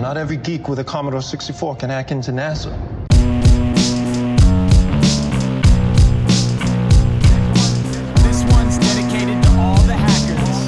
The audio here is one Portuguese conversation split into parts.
Not every geek with a Commodore 64 can hack into NASA. This one's dedicated to all the hackers.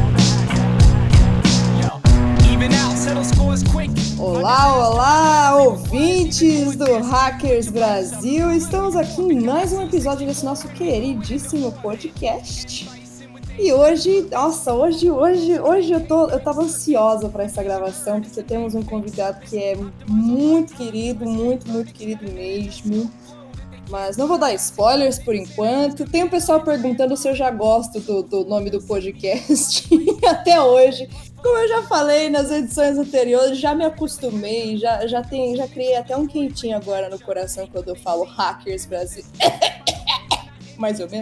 Yo, even out, settle scores quick. Olá, olá, ouvintes do Hackers Brasil! Estamos aqui em mais um episódio desse nosso queridíssimo podcast. E hoje, nossa, hoje eu tava ansiosa para essa gravação, porque temos um convidado que é muito querido, muito querido mesmo. Mas não vou dar spoilers por enquanto. Tem um pessoal perguntando se eu já gosto do nome do podcast. Até hoje, como eu já falei nas edições anteriores, já me acostumei, já criei até um quentinho agora no coração quando eu falo Hackers Brasil. Mais ou menos.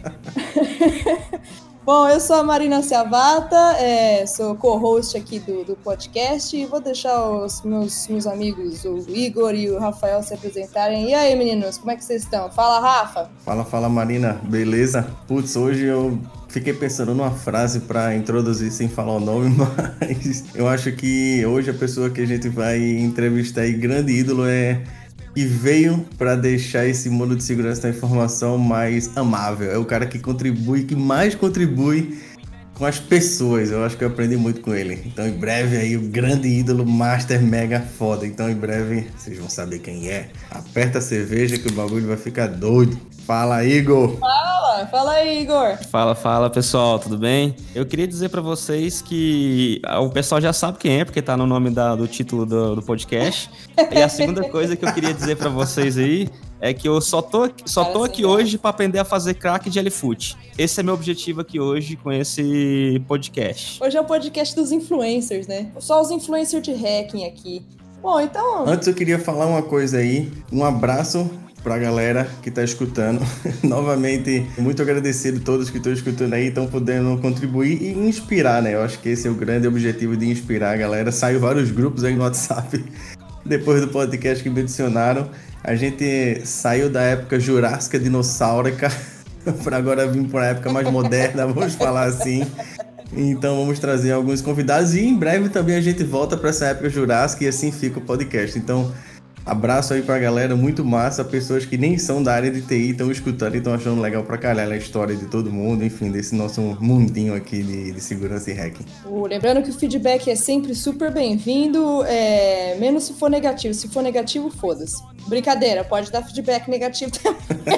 Bom, eu sou a Marina Ciavata, sou co-host aqui do podcast e vou deixar os meus amigos, o Igor e o Rafael, se apresentarem. E aí, meninos, como é que vocês estão? Fala, Rafa! Fala, Marina, beleza? Putz, hoje eu fiquei pensando numa frase para introduzir sem falar o nome, mas eu acho que hoje a pessoa que a gente vai entrevistar aí, grande ídolo, e veio para deixar esse mundo de segurança da informação mais amável. É o cara que mais contribui com as pessoas. Eu acho que eu aprendi muito com ele. Então, em breve aí, o grande ídolo, master mega foda. Então, em breve, vocês vão saber quem é. Aperta a cerveja que o bagulho vai ficar doido. Fala, Igor! Fala aí, Igor! Fala, pessoal, tudo bem? Eu queria dizer pra vocês que o pessoal já sabe quem é, porque tá no nome do título do podcast. E a segunda coisa que eu queria dizer pra vocês aí é que eu só tô aqui hoje pra aprender a fazer crack de L-Foot. Esse é meu objetivo aqui hoje com esse podcast. Hoje é o podcast dos influencers, né? Só os influencers de hacking aqui. Bom, então... Antes eu queria falar uma coisa aí. Um abraço pra galera que tá escutando. Novamente, muito agradecido a todos que estão escutando aí, estão podendo contribuir e inspirar, né? Eu acho que esse é o grande objetivo, de inspirar a galera. Saiu vários grupos aí no WhatsApp depois do podcast que me adicionaram. A gente saiu da época jurássica, dinossaurica, para agora vir para a época mais moderna, vamos falar assim. Então vamos trazer alguns convidados e em breve também a gente volta para essa época jurássica e assim fica o podcast. Então, abraço aí pra galera, muito massa, pessoas que nem são da área de TI estão escutando e estão achando legal pra caralho a história de todo mundo, enfim, desse nosso mundinho aqui de segurança e hacking. Lembrando que o feedback é sempre super bem-vindo, menos se for negativo. Se for negativo, foda-se. Brincadeira, pode dar feedback negativo também.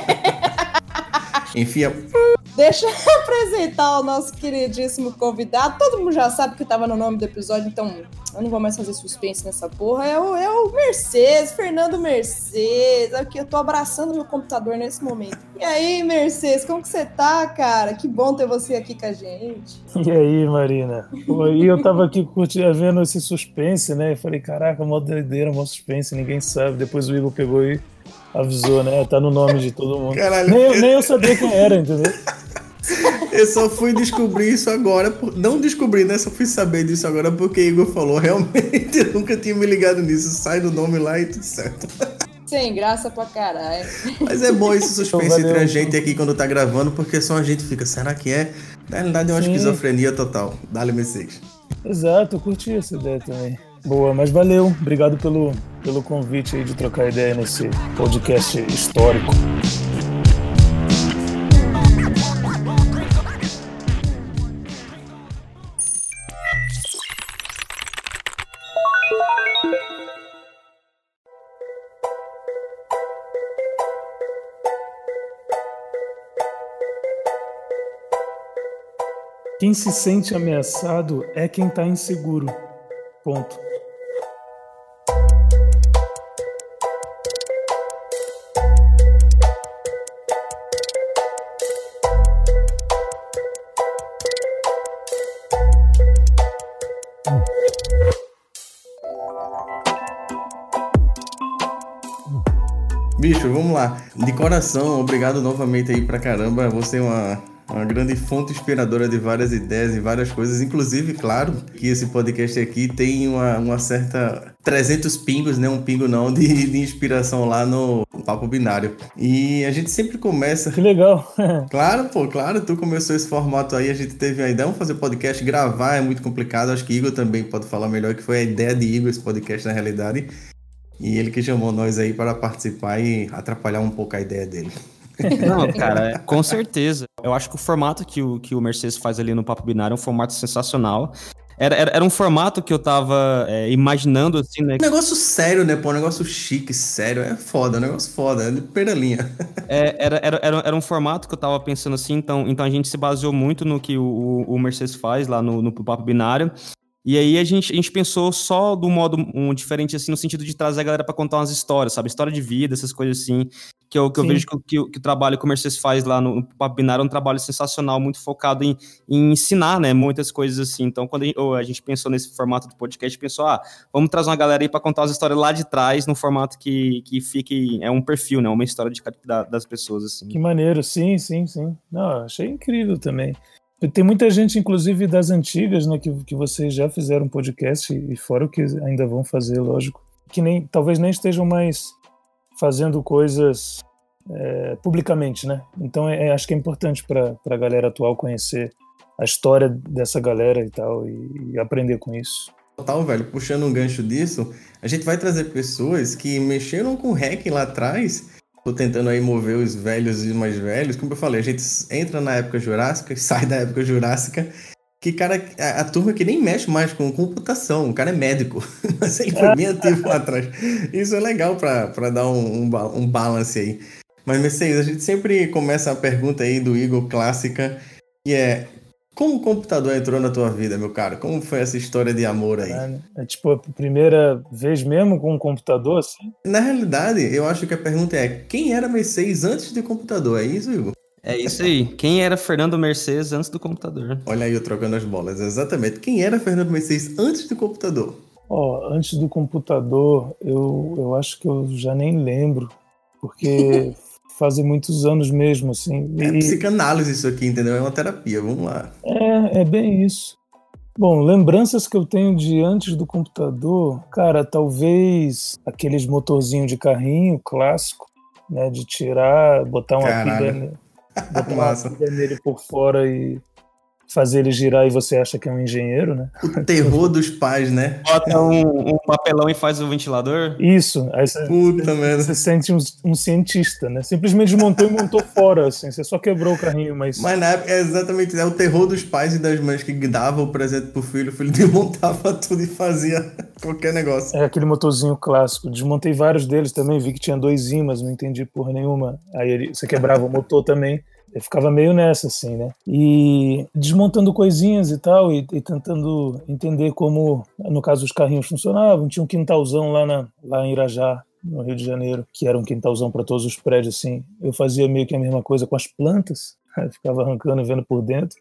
Enfia. Deixa eu apresentar o nosso queridíssimo convidado. Todo mundo já sabe que estava no nome do episódio, então eu não vou mais fazer suspense nessa porra. É o Mercedes, Fernando Mercedes. Aqui eu tô abraçando meu computador nesse momento. E aí, Mercedes, como que você tá, cara? Que bom ter você aqui com a gente. E aí, Marina? E eu tava aqui vendo esse suspense, né? Eu falei, caraca, mó doideira, mó suspense, ninguém sabe. Depois o Igor pegou e avisou, né? Tá no nome de todo mundo. Caralho, nem eu sabia quem era, entendeu? Eu só fui descobrir isso agora, não descobri, né? Só fui saber disso agora porque Igor falou. Realmente, eu nunca tinha me ligado nisso. Sai do nome lá e tudo certo. Sem graça pra caralho. Mas é bom esse suspense Então, entre a gente aqui quando tá gravando, porque só a gente fica, será que é? Na realidade é uma esquizofrenia total. Dá-lhe Mercedes. Exato, eu curti essa ideia também. Boa, mas valeu. Obrigado pelo convite aí de trocar ideia nesse podcast histórico. Quem se sente ameaçado é quem está inseguro. Ponto. Bicho, vamos lá. De coração, obrigado novamente aí pra caramba. Você é Uma grande fonte inspiradora de várias ideias e várias coisas. Inclusive, claro, que esse podcast aqui tem uma certa 300 pingos, né? Um pingo não, de inspiração lá no Papo Binário. E a gente sempre começa... Que legal. Claro, pô, claro, tu começou esse formato aí, a gente teve a ideia, vamos fazer podcast, gravar é muito complicado, acho que Igor também pode falar melhor, que foi a ideia de Igor esse podcast na realidade, e ele que chamou nós aí para participar e atrapalhar um pouco a ideia dele. Não, cara, com certeza. Eu acho que o formato que o Mercedes faz ali no Papo Binário é um formato sensacional. Era um formato que eu tava imaginando, assim, né? Um negócio sério, né, pô? Um negócio chique, sério. É foda, um negócio foda, é de primeira linha. Era um formato que eu tava pensando assim, então a gente se baseou muito no que o Mercedes faz lá no Papo Binário. E aí a gente pensou só do modo diferente, assim, no sentido de trazer a galera pra contar umas histórias, sabe? História de vida, essas coisas assim. Que eu vejo que o trabalho que o Mercedes faz lá no Papo Binário é um trabalho sensacional, muito focado em ensinar, né? Muitas coisas assim. Então, quando a gente pensou nesse formato do podcast, pensou, vamos trazer uma galera aí pra contar as histórias lá de trás, num formato que fique... É um perfil, né? Uma história das pessoas, assim. Que maneiro, sim. Não, achei incrível também. Tem muita gente, inclusive das antigas, né, que vocês já fizeram podcast, e fora o que ainda vão fazer, lógico, que talvez nem estejam mais fazendo coisas publicamente, né? Então acho que é importante para a galera atual conhecer a história dessa galera e tal, e aprender com isso. Total, velho, puxando um gancho disso, a gente vai trazer pessoas que mexeram com o hack lá atrás. Tô tentando aí mover os velhos e mais velhos. Como eu falei, a gente entra na época jurássica e sai da época jurássica. Que, cara, a turma que nem mexe mais com computação. O cara é médico. Mas ele foi bem ativo lá atrás. Isso é legal pra dar um balance aí. Mas, Mercedes, a gente sempre começa a pergunta aí do Igor clássica, que é: como o computador entrou na tua vida, meu cara? Como foi essa história de amor aí? É tipo a primeira vez mesmo com um computador, assim? Na realidade, eu acho que a pergunta é: quem era Mercedes antes de computador? É isso, Igor? É isso aí. Quem era Fernando Mercedes antes do computador? Olha aí eu trocando as bolas. Exatamente. Quem era Fernando Mercedes antes do computador? Antes do computador, eu acho que eu já nem lembro. Porque... fazem muitos anos mesmo, assim. É psicanálise isso aqui, entendeu? É uma terapia, vamos lá. É bem isso. Bom, lembranças que eu tenho de antes do computador, cara, talvez aqueles motorzinhos de carrinho clássico, né, de tirar, botar uma pilha nele por fora e fazer ele girar e você acha que é um engenheiro, né? O terror dos pais, né? Bota um papelão e faz o ventilador? Isso. Aí você sente um cientista, né? Simplesmente desmontou e montou fora, assim. Você só quebrou o carrinho, mas na época é exatamente isso. É o terror dos pais e das mães que davam o presente pro filho. O filho desmontava tudo e fazia qualquer negócio. É aquele motorzinho clássico. Desmontei vários deles também. Vi que tinha 2 ímãs, não entendi porra nenhuma. Aí você quebrava o motor também. Eu ficava meio nessa, assim, né? E desmontando coisinhas e tal, e tentando entender como, no caso, os carrinhos funcionavam. Tinha um quintalzão lá em Irajá, no Rio de Janeiro, que era um quintalzão para todos os prédios, assim. Eu fazia meio que a mesma coisa com as plantas, ficava arrancando e vendo por dentro.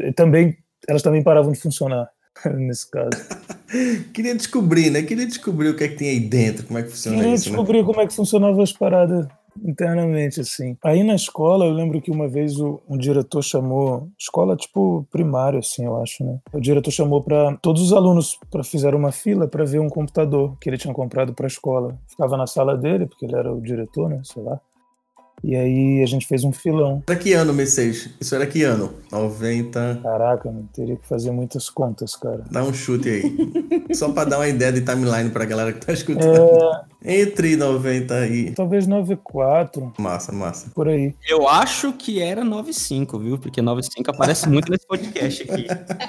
Elas também paravam de funcionar, nesse caso. Queria descobrir, né? Queria descobrir o que é que tem aí dentro, como é que funciona isso, né? Queria descobrir como é que funcionavam as paradas internamente, assim. Aí na escola, eu lembro que uma vez um diretor chamou, escola tipo primária, assim, eu acho, né? O diretor chamou para todos os alunos fizeram uma fila para ver um computador que ele tinha comprado para a escola. Ficava na sala dele, porque ele era o diretor, né? Sei lá. E aí a gente fez um filão. Era que ano, Mercedes? Isso era que ano? 90... Caraca, mano, teria que fazer muitas contas, cara. Dá um chute aí. Só pra dar uma ideia de timeline pra galera que tá escutando. Entre 90 e... talvez 94. Massa. Por aí. Eu acho que era 95, viu? Porque 95 aparece muito nesse podcast aqui.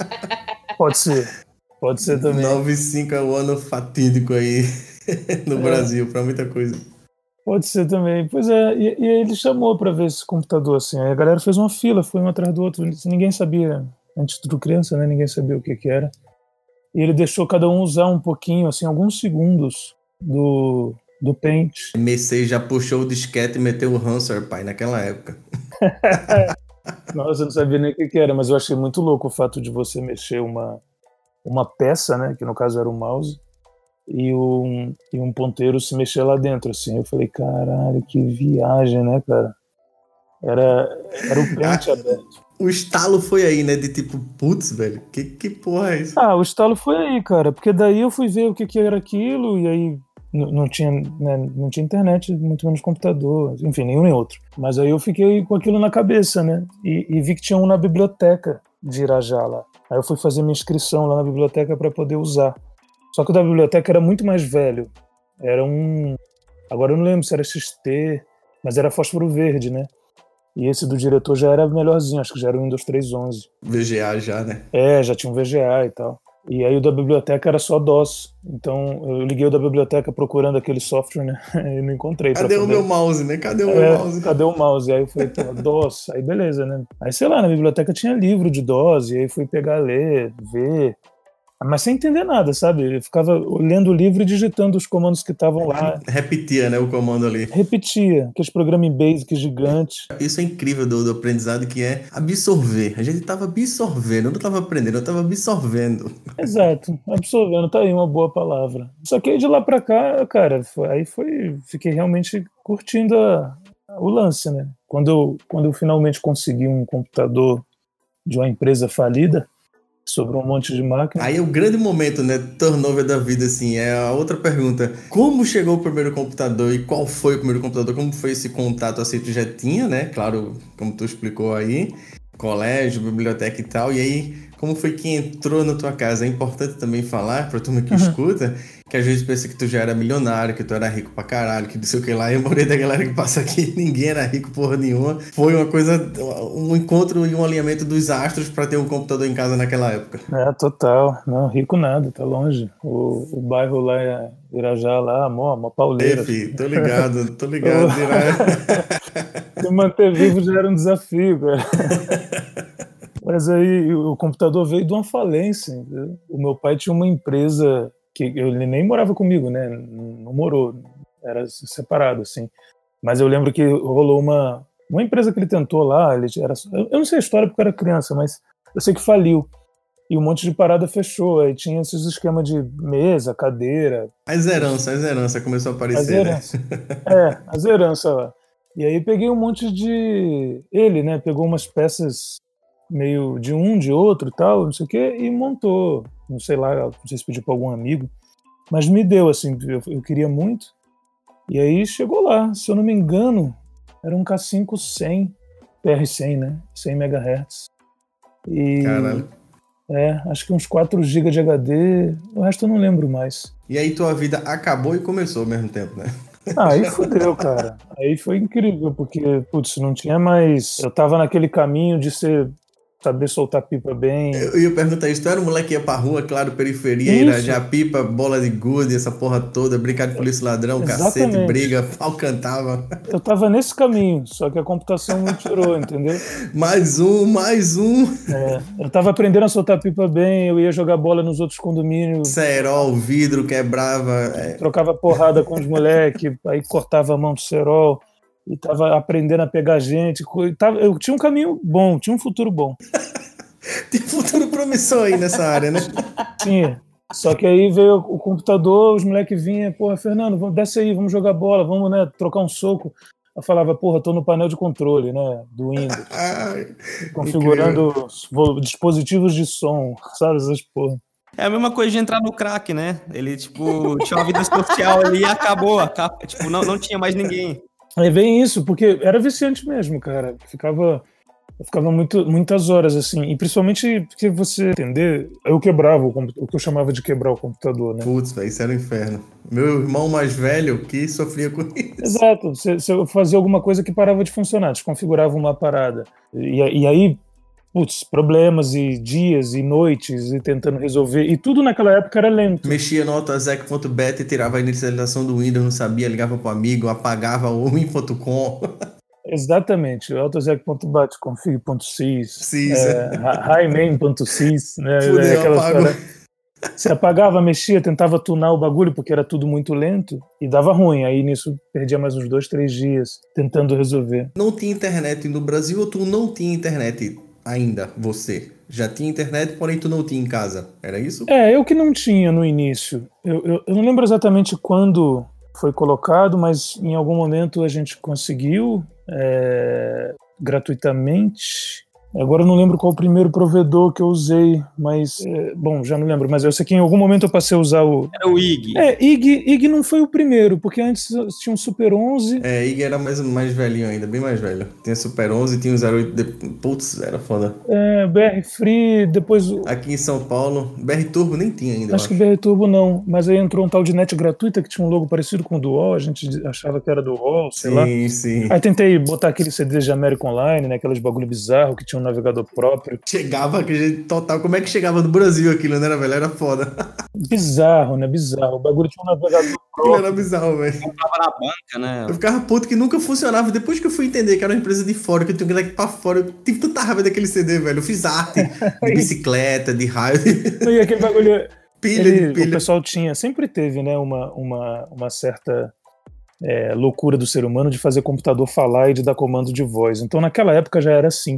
Pode ser também. 95 é o ano fatídico aí no Brasil, pra muita coisa. Pode ser também. Pois é, e ele chamou pra ver esse computador, assim. Aí a galera fez uma fila, foi um atrás do outro. Ninguém sabia, antes de criança, né? Ninguém sabia o que era. E ele deixou cada um usar um pouquinho, assim, alguns segundos do Paint. Mercedes já puxou o disquete e meteu o Hanser, pai, naquela época. Nossa, eu não sabia nem o que era, mas eu achei muito louco o fato de você mexer uma peça, né? Que no caso era o mouse. E um ponteiro se mexer lá dentro, assim. Eu falei, caralho, que viagem, né, cara? Era o pente aberto. O estalo foi aí, né? De tipo, putz, velho, que porra é isso? O estalo foi aí, cara, porque daí eu fui ver o que era aquilo, e aí não tinha, né, não tinha internet, muito menos computador, enfim, nenhum nem outro. Mas aí eu fiquei com aquilo na cabeça, né? E vi que tinha um na biblioteca de Irajá lá. Aí eu fui fazer minha inscrição lá na biblioteca para poder usar. Só que o da biblioteca era muito mais velho. Era um... Agora eu não lembro se era XT, mas era fósforo verde, né? E esse do diretor já era melhorzinho, acho que já era o Windows 3.11. VGA já, né? Já tinha um VGA e tal. E aí o da biblioteca era só DOS. Então eu liguei o da biblioteca procurando aquele software, né? E não encontrei. Cadê o meu mouse, né? Cadê o meu mouse? Cadê o mouse? Aí eu falei, pô, DOS. Aí beleza, né? Aí sei lá, na biblioteca tinha livro de DOS, e aí fui pegar, ler, ver. Mas sem entender nada, sabe? Eu ficava lendo o livro e digitando os comandos que estavam lá. Repetia, né, o comando ali. Repetia, aqueles programas em Basic gigantes. Isso é incrível do aprendizado, que é absorver. A gente tava absorvendo, eu não tava aprendendo, eu tava absorvendo. Exato, absorvendo, tá aí uma boa palavra. Só que aí de lá pra cá, cara, fiquei realmente curtindo o lance, né? Quando eu finalmente consegui um computador de uma empresa falida, sobre um monte de máquina. Aí é o grande momento, né, turnover da vida, assim, é a outra pergunta. Como chegou o primeiro computador e qual foi o primeiro computador? Como foi esse contato, assim, tu já tinha, né, claro, como tu explicou aí, colégio, biblioteca e tal, e aí, como foi que entrou na tua casa? É importante também falar pra turma que escuta, que às vezes pensa que tu já era milionário, que tu era rico pra caralho, que não sei o que lá, e a maioria da galera que passa aqui, ninguém era rico porra nenhuma. Foi uma coisa, um encontro e um alinhamento dos astros pra ter um computador em casa naquela época. Total. Não, rico nada, tá longe. O bairro lá é Irajá, lá, mó pauleira. Filho, tô ligado. Se manter vivo já era um desafio, cara. Mas aí o computador veio de uma falência, entendeu? O meu pai tinha uma empresa que ele nem morava comigo, né? Não morou, era separado, assim. Mas eu lembro que rolou uma empresa que ele tentou lá, eu não sei a história porque eu era criança, mas eu sei que faliu. E um monte de parada fechou, aí tinha esses esquemas de mesa, cadeira. As heranças começou a aparecer, né? As heranças lá. E aí peguei um monte de... Ele, né, pegou umas peças meio de um, de outro e tal, não sei o quê, e montou. Não sei lá, não sei se pediu para algum amigo, mas me deu, assim, eu queria muito. E aí chegou lá, se eu não me engano, era um K5 100, PR100, né? 100 MHz. E... Caralho. Acho que uns 4 GB de HD, o resto eu não lembro mais. E aí tua vida acabou e começou ao mesmo tempo, né? Aí fudeu, cara. Aí foi incrível, porque, putz, não tinha mais... Eu tava naquele caminho de saber soltar pipa bem. Eu ia perguntar isso, tu era um moleque que ia pra rua, claro, periferia, Irajá, pipa, bola de gude, essa porra toda, brincar de polícia ladrão, cacete, briga, pau cantava. Eu tava nesse caminho, só que a computação me tirou, entendeu? Mais um. Eu tava aprendendo a soltar pipa bem, eu ia jogar bola nos outros condomínios. Cerol, vidro, quebrava. Trocava porrada com os moleques, aí cortava a mão do cerol. E tava aprendendo a pegar gente. Eu tinha um caminho bom, tinha um futuro bom. Tem futuro promissor aí nessa área, né? Tinha. Só que aí veio o computador, os moleques vinham, porra, Fernando, desce aí, vamos jogar bola, vamos, né, trocar um soco. Eu falava, porra, tô no painel de controle, né, do Windows. Configurando dispositivos de som, sabe, essas porra. É a mesma coisa de entrar no crack, né? Ele, tipo, tinha uma vida social ali e acabou. Tipo, não tinha mais ninguém. É bem isso, porque era viciante mesmo, cara. Eu ficava muitas horas, assim. E principalmente porque você entender, eu quebrava o que eu chamava de quebrar o computador, né? Putz, velho, isso era um inferno. Meu irmão mais velho que sofria com isso. Exato. Você fazia alguma coisa que parava de funcionar, desconfigurava uma parada. E aí, putz, problemas e dias e noites e tentando resolver. E tudo naquela época era lento. Mexia no autoexec.bet e tirava a inicialização do Windows, não sabia, ligava pro amigo, apagava o win.com. Exatamente, autoexec.bat, config.sys, highmain.sys, né? Você apagava, mexia, tentava tunar o bagulho porque era tudo muito lento e dava ruim. Aí nisso perdia mais uns 2, 3 dias tentando resolver. Não tinha internet no Brasil ou tu não tinha internet ainda, você? Já tinha internet, porém tu não tinha em casa, era isso? Eu que não tinha no início. Eu não lembro exatamente quando foi colocado, mas em algum momento a gente conseguiu. gratuitamente. Agora eu não lembro qual o primeiro provedor que eu usei, mas... bom, já não lembro, mas eu sei que em algum momento eu passei a usar o... Era o IG. IG não foi o primeiro, porque antes tinha um Super 11. IG era mais velhinho ainda, bem mais velho. Tinha Super 11, tinha o 08... Putz, era foda. BR Free, depois... Aqui em São Paulo, BR Turbo nem tinha ainda, Acho que BR Turbo não, mas aí entrou um tal de net gratuita que tinha um logo parecido com o do UOL, a gente achava que era do UOL, sei lá. Sim. Aí tentei botar aqueles CDs de América Online, né, aqueles bagulho bizarro que tinha um navegador próprio. Chegava aquele jeito total. Como é que chegava do Brasil aquilo, né, velho? Era foda. Bizarro, né? Bizarro. O bagulho tinha um navegador Aquilo próprio. era bizarro, velho. Comprava na banca, né? Eu ficava puto que nunca funcionava. Depois que eu fui entender que era uma empresa de fora, que eu tinha que ir pra fora, eu tive tanta raiva daquele CD, velho. Eu fiz arte de bicicleta, de raio. E aquele bagulho... pilha. O pessoal sempre teve, né, uma certa loucura do ser humano de fazer computador falar e de dar comando de voz. Então naquela época já era assim.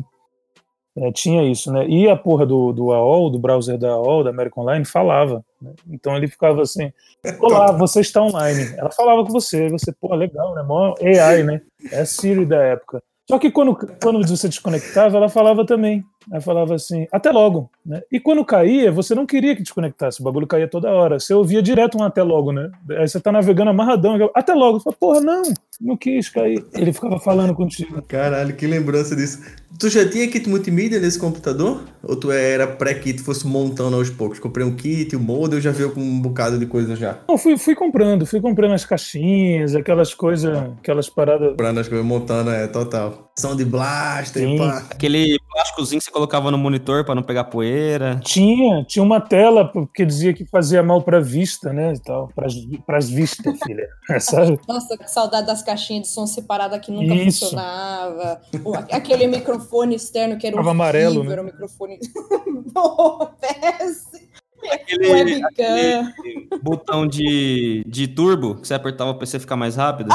Tinha isso, né? E a porra do AOL, do browser da AOL, da American Online, falava, né? Então ele ficava assim: olá, você está online. Ela falava com você, pô, legal, né? Mó AI, né? É a Siri da época. Só que quando você desconectava, ela falava também. Ela falava assim, até logo, né? E quando caía, você não queria que desconectasse, o bagulho caía toda hora. Você ouvia direto um até logo, né? Aí você tá navegando amarradão, até logo. Você fala, porra, não quis cair. Ele ficava falando contigo. Caralho, que lembrança disso. Tu já tinha kit multimídia nesse computador? Ou tu era pré-kit, fosse montando aos poucos? Comprei um kit, o modem, já veio com um bocado de coisa já? Não, fui comprando as caixinhas, aquelas coisas, aquelas paradas. Comprando as coisas, montando, total. Sound blaster, Sim. pá. Aquele plásticozinho que você colocava no monitor pra não pegar poeira. Tinha uma tela que dizia que fazia mal pra vista, né, e tal, pras vistas, filha, sabe? Nossa, que saudade das caixinhas de som separada que nunca Isso. funcionava. Aquele microfone externo que era Tava horrível, amarelo, né? era um microfone... Não, péssimo. Aquele Webcam. botão de turbo que você apertava pra você ficar mais rápido.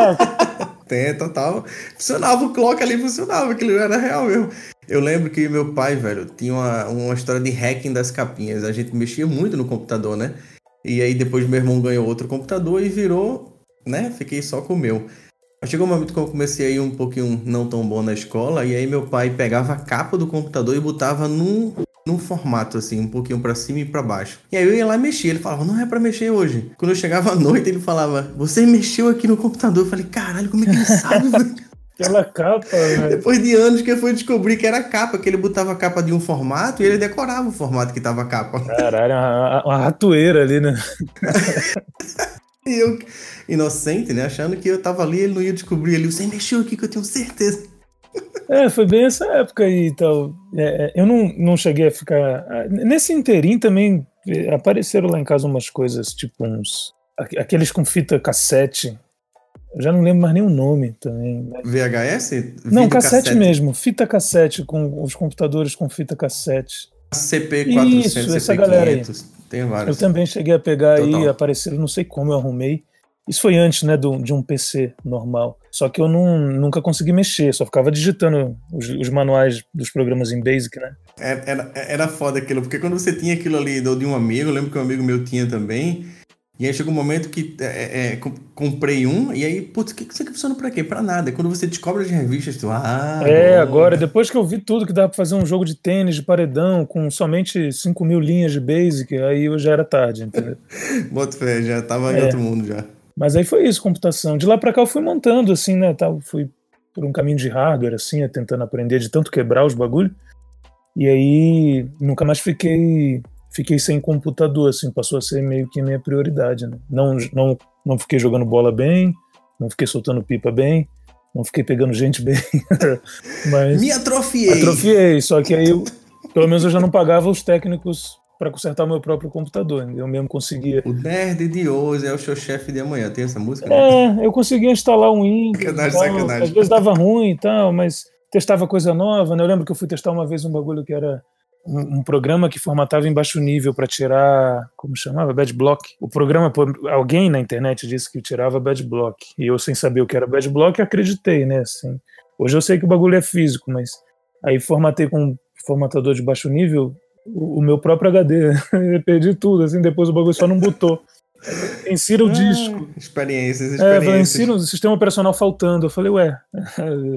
Tem, total. Funcionava, o clock ali funcionava, aquilo era real mesmo. Eu lembro que meu pai, velho, tinha uma história de hacking das capinhas. A gente mexia muito no computador, né? E aí depois meu irmão ganhou outro computador e virou, né? Fiquei só com o meu. Mas chegou um momento que eu comecei a ir um pouquinho não tão bom na escola, e aí meu pai pegava a capa do computador e botava num formato assim, um pouquinho pra cima e pra baixo. E aí eu ia lá e mexia, ele falava, não é pra mexer hoje. Quando eu chegava à noite, ele falava, você mexeu aqui no computador. Eu falei, caralho, como é que ele sabe, velho? Aquela capa, velho. Depois de anos que eu fui descobrir que era a capa, que ele botava a capa de um formato e ele decorava o formato que tava a capa. Caralho, uma ratoeira ali, né? E eu, inocente, né, achando que eu tava ali, ele não ia descobrir ali, você mexeu aqui que eu tenho certeza. Foi bem essa época aí e tal. Eu não cheguei a ficar... Nesse inteirinho também apareceram lá em casa umas coisas, tipo aqueles com fita cassete. Eu já não lembro mais nem o nome também. Né? VHS? Não, cassete mesmo. Fita cassete, com os computadores com fita cassete. CP400, Isso, CP500. essa galera aí. Tem vários. Eu também cheguei a pegar Total. aí, apareceram, não sei como eu arrumei. Isso foi antes, né, de um PC normal. Só que eu nunca consegui mexer, só ficava digitando os manuais dos programas em Basic, né? Era foda aquilo, porque quando você tinha aquilo ali de um amigo, eu lembro que um amigo meu tinha também, e aí chegou um momento que comprei um, e aí, putz, isso aqui funciona pra quê? Pra nada. E quando você descobre as revistas, tu... Agora, depois que eu vi tudo que dava pra fazer um jogo de tênis de paredão com somente 5.000 linhas de Basic, aí eu já era tarde, entendeu? Boto fé, já tava em outro mundo já. Mas aí foi isso, computação. De lá pra cá eu fui montando, assim, né, fui por um caminho de hardware, assim, tentando aprender de tanto quebrar os bagulho. E aí nunca mais fiquei sem computador, assim, passou a ser meio que minha prioridade, né? Não fiquei jogando bola bem, não fiquei soltando pipa bem, não fiquei pegando gente bem. Mas me atrofiei! Atrofiei, só que aí pelo menos eu já não pagava os técnicos para consertar o meu próprio computador. Eu mesmo conseguia. O nerd de hoje é o seu chefe de amanhã. Tem essa música? Eu conseguia instalar um Windows. Sacanagem. Às vezes dava ruim e tal, mas testava coisa nova, né? Eu lembro que eu fui testar uma vez um bagulho que era um programa que formatava em baixo nível para tirar, como chamava? Bad block. O programa, alguém na internet disse que tirava bad block. E eu, sem saber o que era bad block, acreditei, né? Assim, hoje eu sei que o bagulho é físico, mas aí formatei com formatador de baixo nível o meu próprio HD. Eu perdi tudo, assim, depois o bagulho só não botou. Insira o disco. Experiências. Insira o sistema operacional faltando. Eu falei,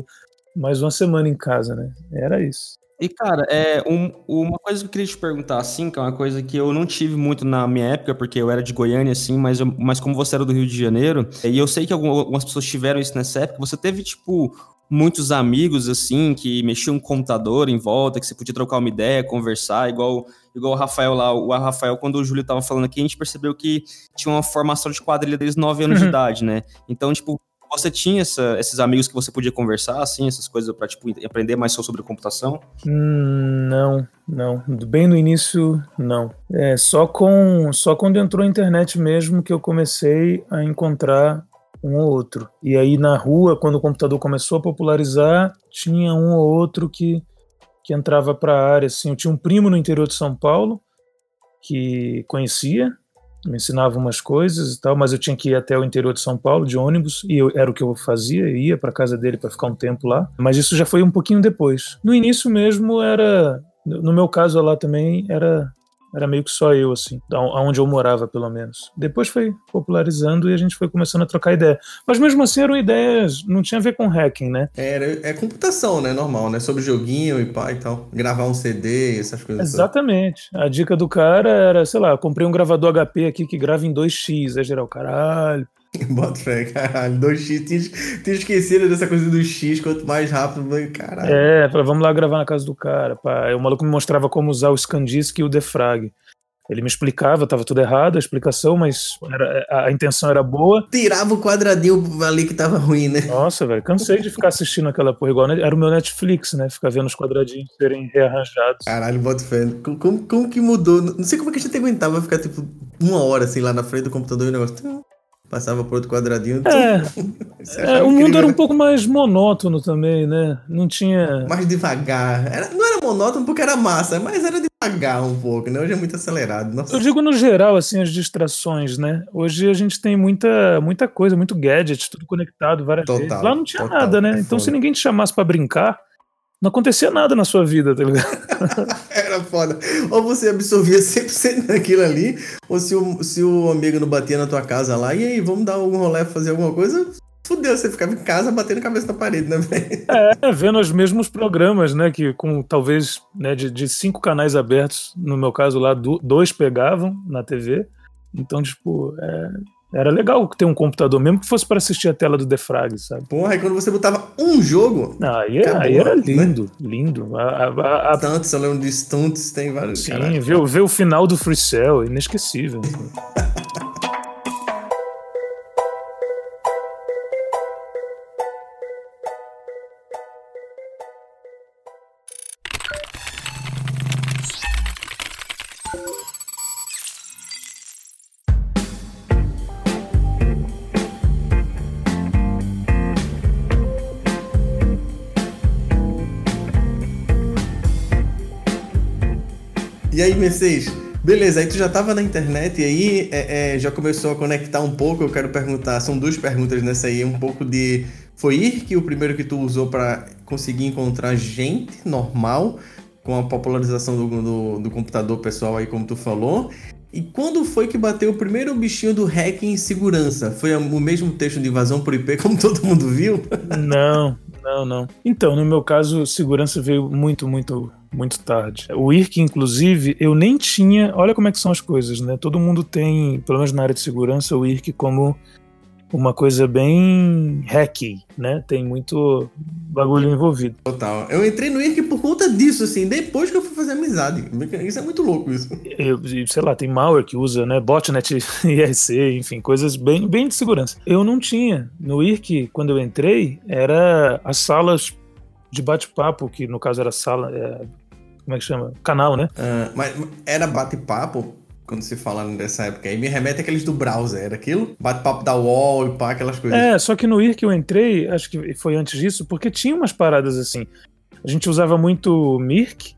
mais uma semana em casa, né? Era isso. E, cara, uma coisa que eu queria te perguntar, assim, que é uma coisa que eu não tive muito na minha época, porque eu era de Goiânia, assim, mas como você era do Rio de Janeiro, e eu sei que algumas pessoas tiveram isso nessa época, você teve, tipo, muitos amigos, assim, que mexiam com computador em volta, que você podia trocar uma ideia, conversar, igual o Rafael lá. O Rafael, quando o Júlio tava falando aqui, a gente percebeu que tinha uma formação de quadrilha desde 9 anos de idade, né? Então, tipo, você tinha esses amigos que você podia conversar, assim, essas coisas pra, tipo, aprender mais sobre computação? Não. Bem no início, não. Só quando entrou a internet mesmo que eu comecei a encontrar um ou outro. E aí na rua, quando o computador começou a popularizar, tinha um ou outro que entrava para a área. Assim, eu tinha um primo no interior de São Paulo que conhecia, me ensinava umas coisas e tal, mas eu tinha que ir até o interior de São Paulo de ônibus, e era o que eu fazia, eu ia para casa dele para ficar um tempo lá, mas isso já foi um pouquinho depois. No início mesmo no meu caso lá também era meio que só eu, assim, onde eu morava, pelo menos. Depois foi popularizando e a gente foi começando a trocar ideia. Mas mesmo assim eram ideias, não tinha a ver com hacking, né? É computação, né? Normal, né? Sobre joguinho e pá e tal. Gravar um CD, essas coisas. Exatamente. A dica do cara era, sei lá, comprei um gravador HP aqui que grava em 2x. Aí geral, caralho. Bota fé, caralho. 2x. Tinha esquecido dessa coisa do X. Quanto mais rápido, caralho. Falei, vamos lá gravar na casa do cara. Pá. Aí o maluco me mostrava como usar o ScanDisk e o Defrag. Ele me explicava, tava tudo errado a explicação, mas a intenção era boa. Tirava o quadradinho ali que tava ruim, né? Nossa, velho, cansei de ficar assistindo aquela porra igual. Era o meu Netflix, né? Ficar vendo os quadradinhos serem rearranjados. Caralho, bota fé. Como que mudou? Não sei como é que a gente aguentava ficar, tipo, 1 hora, assim, lá na frente do computador e o negócio... Passava por outro quadradinho. O mundo era um pouco mais monótono também, né? Não tinha... Mais devagar. Não era monótono porque era massa, mas era devagar um pouco, né? Hoje é muito acelerado. Nossa. Eu digo no geral, assim, as distrações, né? Hoje a gente tem muita coisa, muito gadget, tudo conectado várias vezes. Lá não tinha nada, né? Então se ninguém te chamasse pra brincar, não acontecia nada na sua vida, tá ligado? Era foda. Ou você absorvia 100% daquilo ali, ou se o amigo não batia na tua casa lá, e aí, vamos dar algum rolê, fazer alguma coisa, fudeu, você ficava em casa batendo a cabeça na parede, né, velho? Vendo os mesmos programas, né, que com talvez, né, de 5 canais abertos, no meu caso lá, 2 pegavam na TV, então, tipo, era legal ter um computador, mesmo que fosse para assistir a tela do Defrag, sabe? Porra, aí quando você botava um jogo... Aí era lindo, né? Lindo. Stunts, eu lembro de Stunts, tem vários... Sim, ver o final do Free Cell, inesquecível. E aí, Mercedes, beleza, aí tu já tava na internet e aí já começou a conectar um pouco. Eu quero perguntar, são 2 perguntas nessa aí, um pouco de... Foi IRC o primeiro que tu usou para conseguir encontrar gente normal com a popularização do computador pessoal aí, como tu falou? E quando foi que bateu o primeiro bichinho do hacking em segurança? Foi o mesmo texto de invasão por IP como todo mundo viu? Não. Então, no meu caso, segurança veio muito tarde. O IRC, inclusive, eu nem tinha... Olha como é que são as coisas, né? Todo mundo tem, pelo menos na área de segurança, o IRC como uma coisa bem hacky, né? Tem muito bagulho envolvido. Total. Eu entrei no IRC por conta disso, assim, depois que eu fui fazer amizade. Isso é muito louco, isso. Sei lá, tem malware que usa, né? Botnet, IRC, enfim, coisas bem de segurança. Eu não tinha. No IRC, quando eu entrei, era as salas de bate-papo, que no caso era sala... como é que chama? Canal, né? Mas era bate-papo... Quando se fala dessa época aí, me remete àqueles do browser, era aquilo? Bate-papo da UOL e pá, aquelas coisas. Só que no IRC eu entrei, acho que foi antes disso, porque tinha umas paradas assim. A gente usava muito Mirk,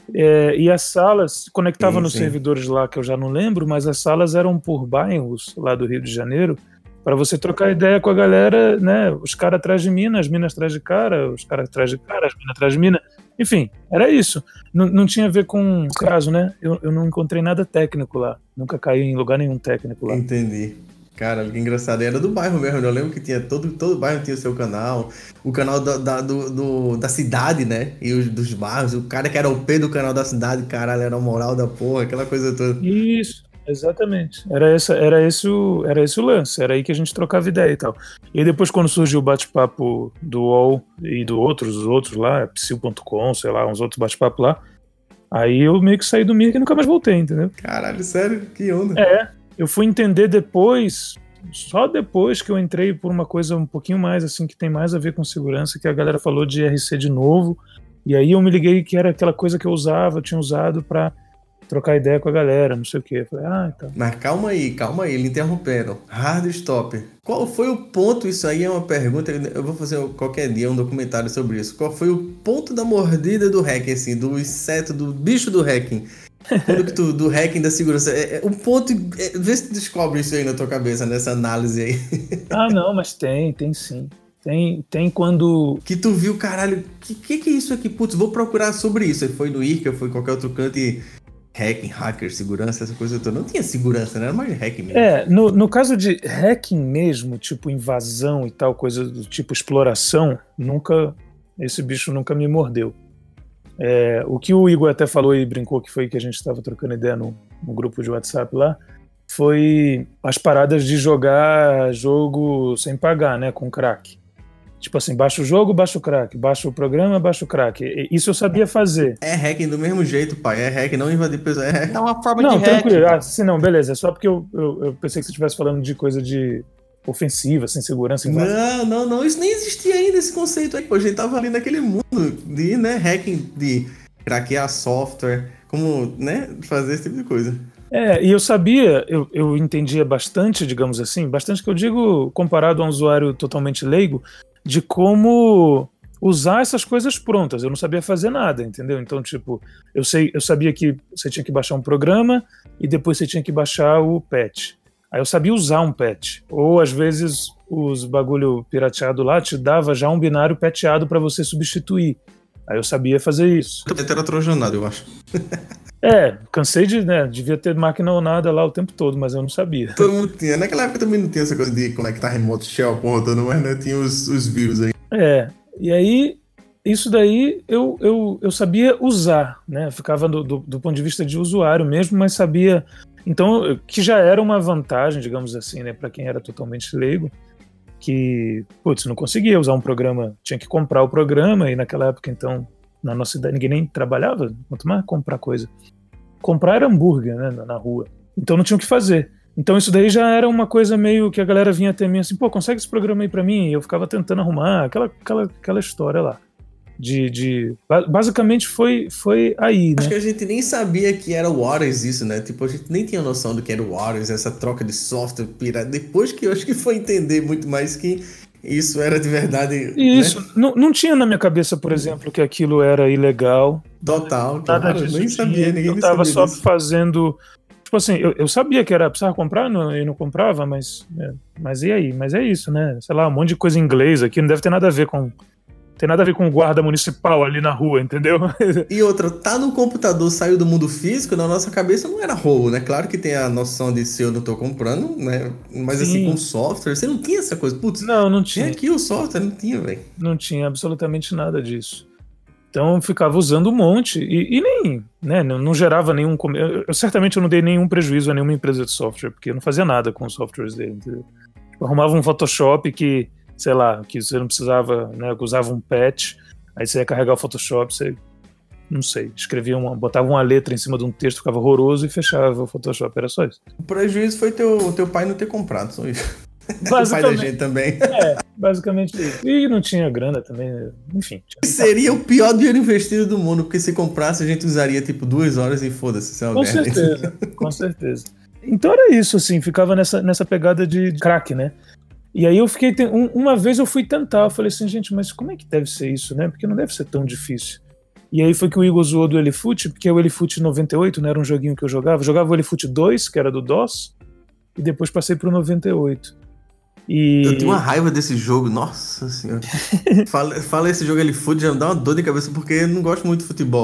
e as salas conectavam nos servidores lá, que eu já não lembro, mas as salas eram por bairros lá do Rio de Janeiro, para você trocar ideia com a galera, né? Os caras atrás de mina, as minas atrás de cara, os caras atrás de cara, as minas atrás de mina. Enfim, era isso. Não tinha a ver com caso, né? Eu não encontrei nada técnico lá. Nunca caí em lugar nenhum técnico lá. Entendi. Cara, que engraçado. Era do bairro mesmo, né? Eu lembro que tinha todo bairro tinha o seu canal. O canal da cidade, né? E os dos bairros. O cara que era o P do canal da cidade, caralho, era a moral da porra, aquela coisa toda. Isso, exatamente. Era esse o lance. Era aí que a gente trocava ideia e tal. E aí depois, quando surgiu o bate-papo do UOL e os outros lá, psil.com, sei lá, uns outros bate-papos lá, aí eu meio que saí do Mirk e nunca mais voltei, entendeu? Caralho, sério? Que onda. Eu fui entender depois, só depois que eu entrei por uma coisa um pouquinho mais assim, que tem mais a ver com segurança, que a galera falou de RC de novo, e aí eu me liguei que era aquela coisa que eu tinha usado pra trocar ideia com a galera, não sei o que. Eu falei, então. Mas calma aí, ele interrompendo. Hard stop. Qual foi o ponto? Isso aí é uma pergunta. Eu vou fazer qualquer dia um documentário sobre isso. Qual foi o ponto da mordida do hacking, assim, do inseto, do bicho do hacking? Do hacking da segurança. Um ponto. Vê se tu descobre isso aí na tua cabeça, nessa análise aí. Não, mas tem sim. Tem quando. Que tu viu, caralho, que é isso aqui? Putz, vou procurar sobre isso. Aí foi no IRCA, foi em qualquer outro canto e. Hacking, hacker, segurança, essa coisa toda. Não tinha segurança, né? Era mais hacking mesmo. No caso de hacking mesmo, tipo invasão e tal, coisa do tipo exploração, esse bicho nunca me mordeu. O que o Igor até falou e brincou que foi que a gente estava trocando ideia no grupo de WhatsApp lá, foi as paradas de jogar jogo sem pagar, né? Com crack. Tipo assim, baixa o jogo, baixa o crack, baixa o programa, baixa o crack. Isso eu sabia fazer. É hacking do mesmo jeito, pai. É hacking, não invadir pessoas. É hacking. É uma forma Não, de hack. tranquilo. Não, beleza. É só porque eu pensei que você estivesse falando de coisa de ofensiva, sem segurança. Não. Isso nem existia ainda, esse conceito aí. Pô, a gente tava ali naquele mundo de, né, hacking, de craquear software, como, né, fazer esse tipo de coisa. E eu sabia, eu entendia bastante, digamos assim, bastante que eu digo comparado a um usuário totalmente leigo, de como usar essas coisas prontas. Eu não sabia fazer nada, entendeu? Então, tipo, eu sabia que você tinha que baixar um programa e depois você tinha que baixar o patch. Aí eu sabia usar um patch. Ou, às vezes, os bagulho pirateado lá te dava já um binário patchado para você substituir. Aí eu sabia fazer isso. Até era trojanado, eu acho. Cansei de, né, devia ter máquina ou nada lá o tempo todo, mas eu não sabia. Todo mundo tinha. Naquela época também não tinha essa coisa de conectar remoto shell, porra toda, mas né, tinha os vírus aí. E aí, isso daí eu sabia usar, né? Ficava do ponto de vista de usuário mesmo, mas sabia. Então, que já era uma vantagem, digamos assim, né, para quem era totalmente leigo, que, não conseguia usar um programa, tinha que comprar o programa, e naquela época, então, na nossa cidade, ninguém nem trabalhava, quanto mais comprar coisa. Comprar era hambúrguer, né, na rua. Então não tinha o que fazer. Então isso daí já era uma coisa meio que a galera vinha até mim assim, consegue esse programa aí pra mim? E eu ficava tentando arrumar, aquela história lá. Basicamente foi aí, né? Acho que a gente nem sabia que era o Waters isso, né? Tipo, a gente nem tinha noção do que era o Waters, essa troca de software pirata. Depois que eu acho que foi entender muito mais que isso era de verdade. Isso, né? não tinha na minha cabeça, por exemplo, que aquilo era ilegal. Total, nada claro, disso nem sabia, ninguém eu tava sabia só disso. fazendo. Tipo assim, eu sabia que precisava comprar e não comprava, mas e aí? Mas é isso, né? Sei lá, um monte de coisa em inglês aqui, não deve ter nada a ver com. Tem nada a ver com o guarda municipal ali na rua, entendeu? E outra, tá no computador, saiu do mundo físico, na nossa cabeça não era roubo, né? Claro que tem a noção de se eu não tô comprando, né? Mas assim, com software, você não tinha essa coisa. Putz, não tinha. Tem aqui o software, não tinha, velho. Não tinha absolutamente nada disso. Então eu ficava usando um monte e nem, né? Não gerava nenhum. Eu certamente não dei nenhum prejuízo a nenhuma empresa de software, porque eu não fazia nada com os softwares dele, entendeu? Eu arrumava um Photoshop que, sei lá, que você não precisava, né, que usava um patch, aí você ia carregar o Photoshop, você, não sei, botava uma letra em cima de um texto, ficava horroroso e fechava o Photoshop, era só isso. O prejuízo foi teu pai não ter comprado, só isso. O pai da gente também. Basicamente isso. E não tinha grana também, enfim. Seria o pior dinheiro investido do mundo, porque se comprasse a gente usaria tipo 2 horas e foda-se, isso é uma merda. Certeza, com certeza. Então era isso, assim, ficava nessa pegada de crack, né? E aí eu fiquei, uma vez eu fui tentar, eu falei assim, gente, mas como é que deve ser isso, né? Porque não deve ser tão difícil. E aí foi que o Igor zoou do Elifoot, porque o Elifoot 98, né, era um joguinho que eu jogava o Elifoot 2, que era do DOS, e depois passei pro 98. Eu tenho uma raiva desse jogo, nossa senhora. Fala esse jogo Elifoot, já me dá uma dor de cabeça, porque eu não gosto muito de futebol.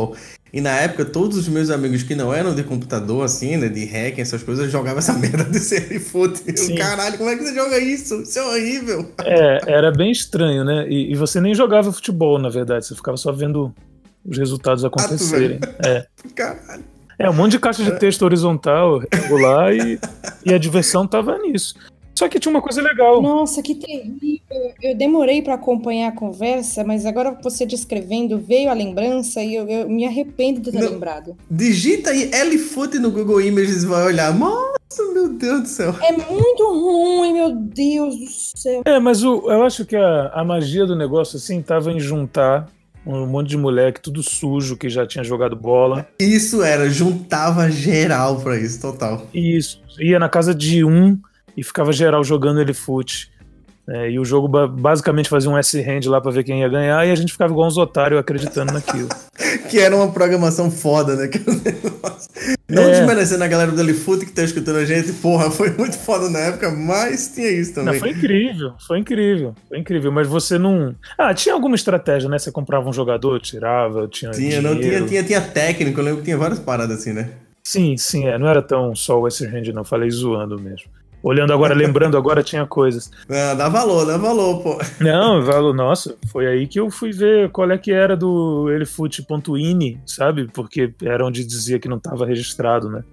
E na época, todos os meus amigos que não eram de computador, assim, né, de hacking, essas coisas, jogavam essa merda desse LFoot. Caralho, como é que você joga isso? Isso é horrível. Era bem estranho, né? E você nem jogava futebol, na verdade. Você ficava só vendo os resultados acontecerem. Caralho. Um monte de caixa de texto horizontal, regular, e a diversão tava nisso. Só que tinha uma coisa legal. Nossa, que terrível. Eu demorei para acompanhar a conversa, mas agora você descrevendo, veio a lembrança e eu me arrependo de ter lembrado. Digita aí LFoot no Google Images e vai olhar. Nossa, meu Deus do céu. É muito ruim, meu Deus do céu. Mas eu acho que a magia do negócio, assim, tava em juntar um monte de moleque, tudo sujo, que já tinha jogado bola. Isso juntava geral pra isso, total. Isso, ia na casa de um e ficava geral jogando LFoot. E o jogo basicamente fazia um S-Hand lá pra ver quem ia ganhar, e a gente ficava igual uns otários acreditando naquilo. Que era uma programação foda, né? Não desmerecendo a galera do LFoot que tá escutando a gente, porra, foi muito foda na época, mas tinha isso também. Não, foi incrível, mas você não... tinha alguma estratégia, né? Você comprava um jogador, tirava, tinha técnico, eu lembro que tinha várias paradas assim, né? Sim, não era tão só o S-Hand, não, falei zoando mesmo. Olhando agora, lembrando agora, tinha coisas. Dá valor, pô. Não, nossa, foi aí que eu fui ver qual é que era do LFoot.ini, sabe? Porque era onde dizia que não estava registrado, né?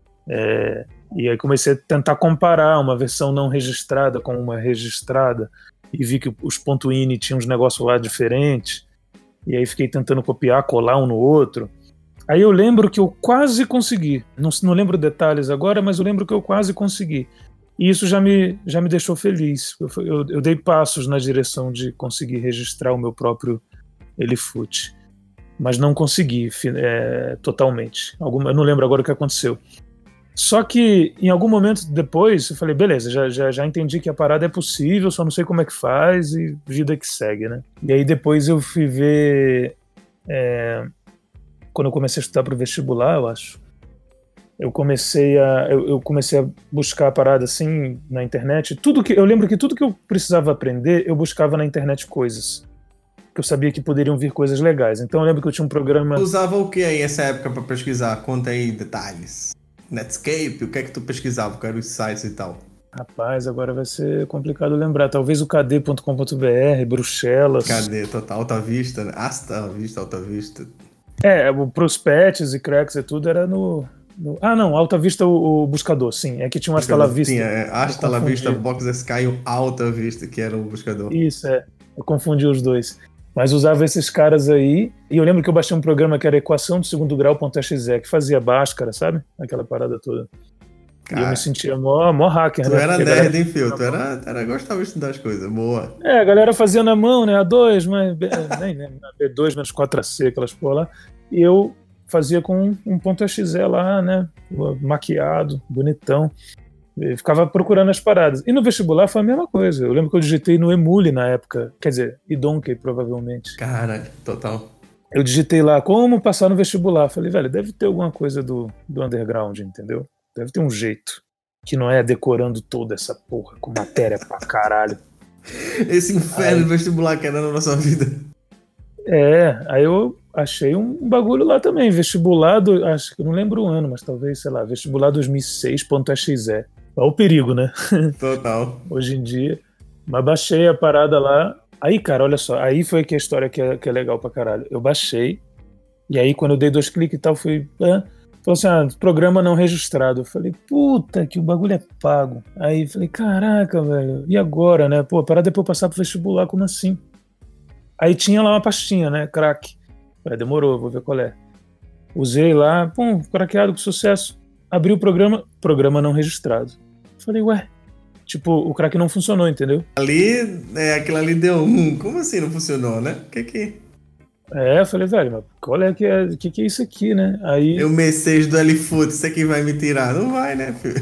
E aí comecei a tentar comparar uma versão não registrada com uma registrada e vi que os .ini tinham uns negócios lá diferentes. E aí fiquei tentando copiar, colar um no outro. Aí eu lembro que eu quase consegui. Não lembro detalhes agora, mas eu lembro que eu quase consegui. E isso já me deixou feliz. Eu dei passos na direção de conseguir registrar o meu próprio LFoot. Mas não consegui totalmente. Eu não lembro agora o que aconteceu. Só que em algum momento depois eu falei, beleza, já entendi que a parada é possível, só não sei como é que faz e vida que segue, né? E aí depois eu fui ver... quando eu comecei a estudar para o vestibular, eu acho, eu comecei a buscar a parada assim na internet. Eu lembro que tudo que eu precisava aprender, eu buscava na internet coisas. Que eu sabia que poderiam vir coisas legais. Então eu lembro que eu tinha um programa... Usava o que aí nessa época para pesquisar? Conta aí detalhes. Netscape, o que é que tu pesquisava? Quais eram os sites e tal? Rapaz, agora vai ser complicado lembrar. Talvez o kd.com.br, Bruxelas... KD, total, Alta Vista, né? Alta Vista. O Prospects e Cracks e tudo era no... Alta Vista, o buscador, sim. É que tinha um Hasta La Vista. Tinha Hasta La Vista, Box Sky e o Alta Vista, que era o buscador. Isso, eu confundi os dois. Mas usava esses caras aí, e eu lembro que eu baixei um programa que era Equação de Segundo Grau.exe, que fazia Bhaskara, sabe? Aquela parada toda. Cara, e eu me sentia mó hacker, tu né? Tu era nerd, hein, Phil? Tu gostava de estudar as coisas, boa. A galera fazia na mão, né? A2, mas B2 menos 4AC, aquelas porra lá. E eu fazia com um .exe lá, né? Maquiado, bonitão. Eu ficava procurando as paradas. E no vestibular foi a mesma coisa. Eu lembro que eu digitei no Emule na época. Quer dizer, Idonkey, provavelmente. Caralho, total. Eu digitei lá, como passar no vestibular. Falei, velho, deve ter alguma coisa do underground, entendeu? Deve ter um jeito. Que não é decorando toda essa porra com matéria pra caralho. Esse inferno do vestibular que era na nossa vida. Aí eu achei um bagulho lá também. Vestibular, acho que eu não lembro o ano, mas talvez, sei lá, vestibular 2006.exe. Olha o perigo, né? Total. Hoje em dia. Mas baixei a parada lá. Aí, cara, olha só. Aí foi que a história que é legal pra caralho. Eu baixei. E aí, quando eu dei 2 cliques e tal, falou assim, programa não registrado. Eu falei, puta, que o bagulho é pago. Aí falei, caraca, velho. E agora, né? Pô, a parada é pra eu passar pro vestibular, como assim? Aí tinha lá uma pastinha, né? Crack. Falei, demorou, vou ver qual é. Usei lá, craqueado com sucesso. Abri o programa não registrado. Falei, ué, tipo, o crack não funcionou, entendeu? Aquilo ali deu como assim não funcionou, né? O que? Eu falei, velho, mas qual é que é isso aqui, né? Aí... Eu message do LFoot, você que vai me tirar? Não vai, né, filho?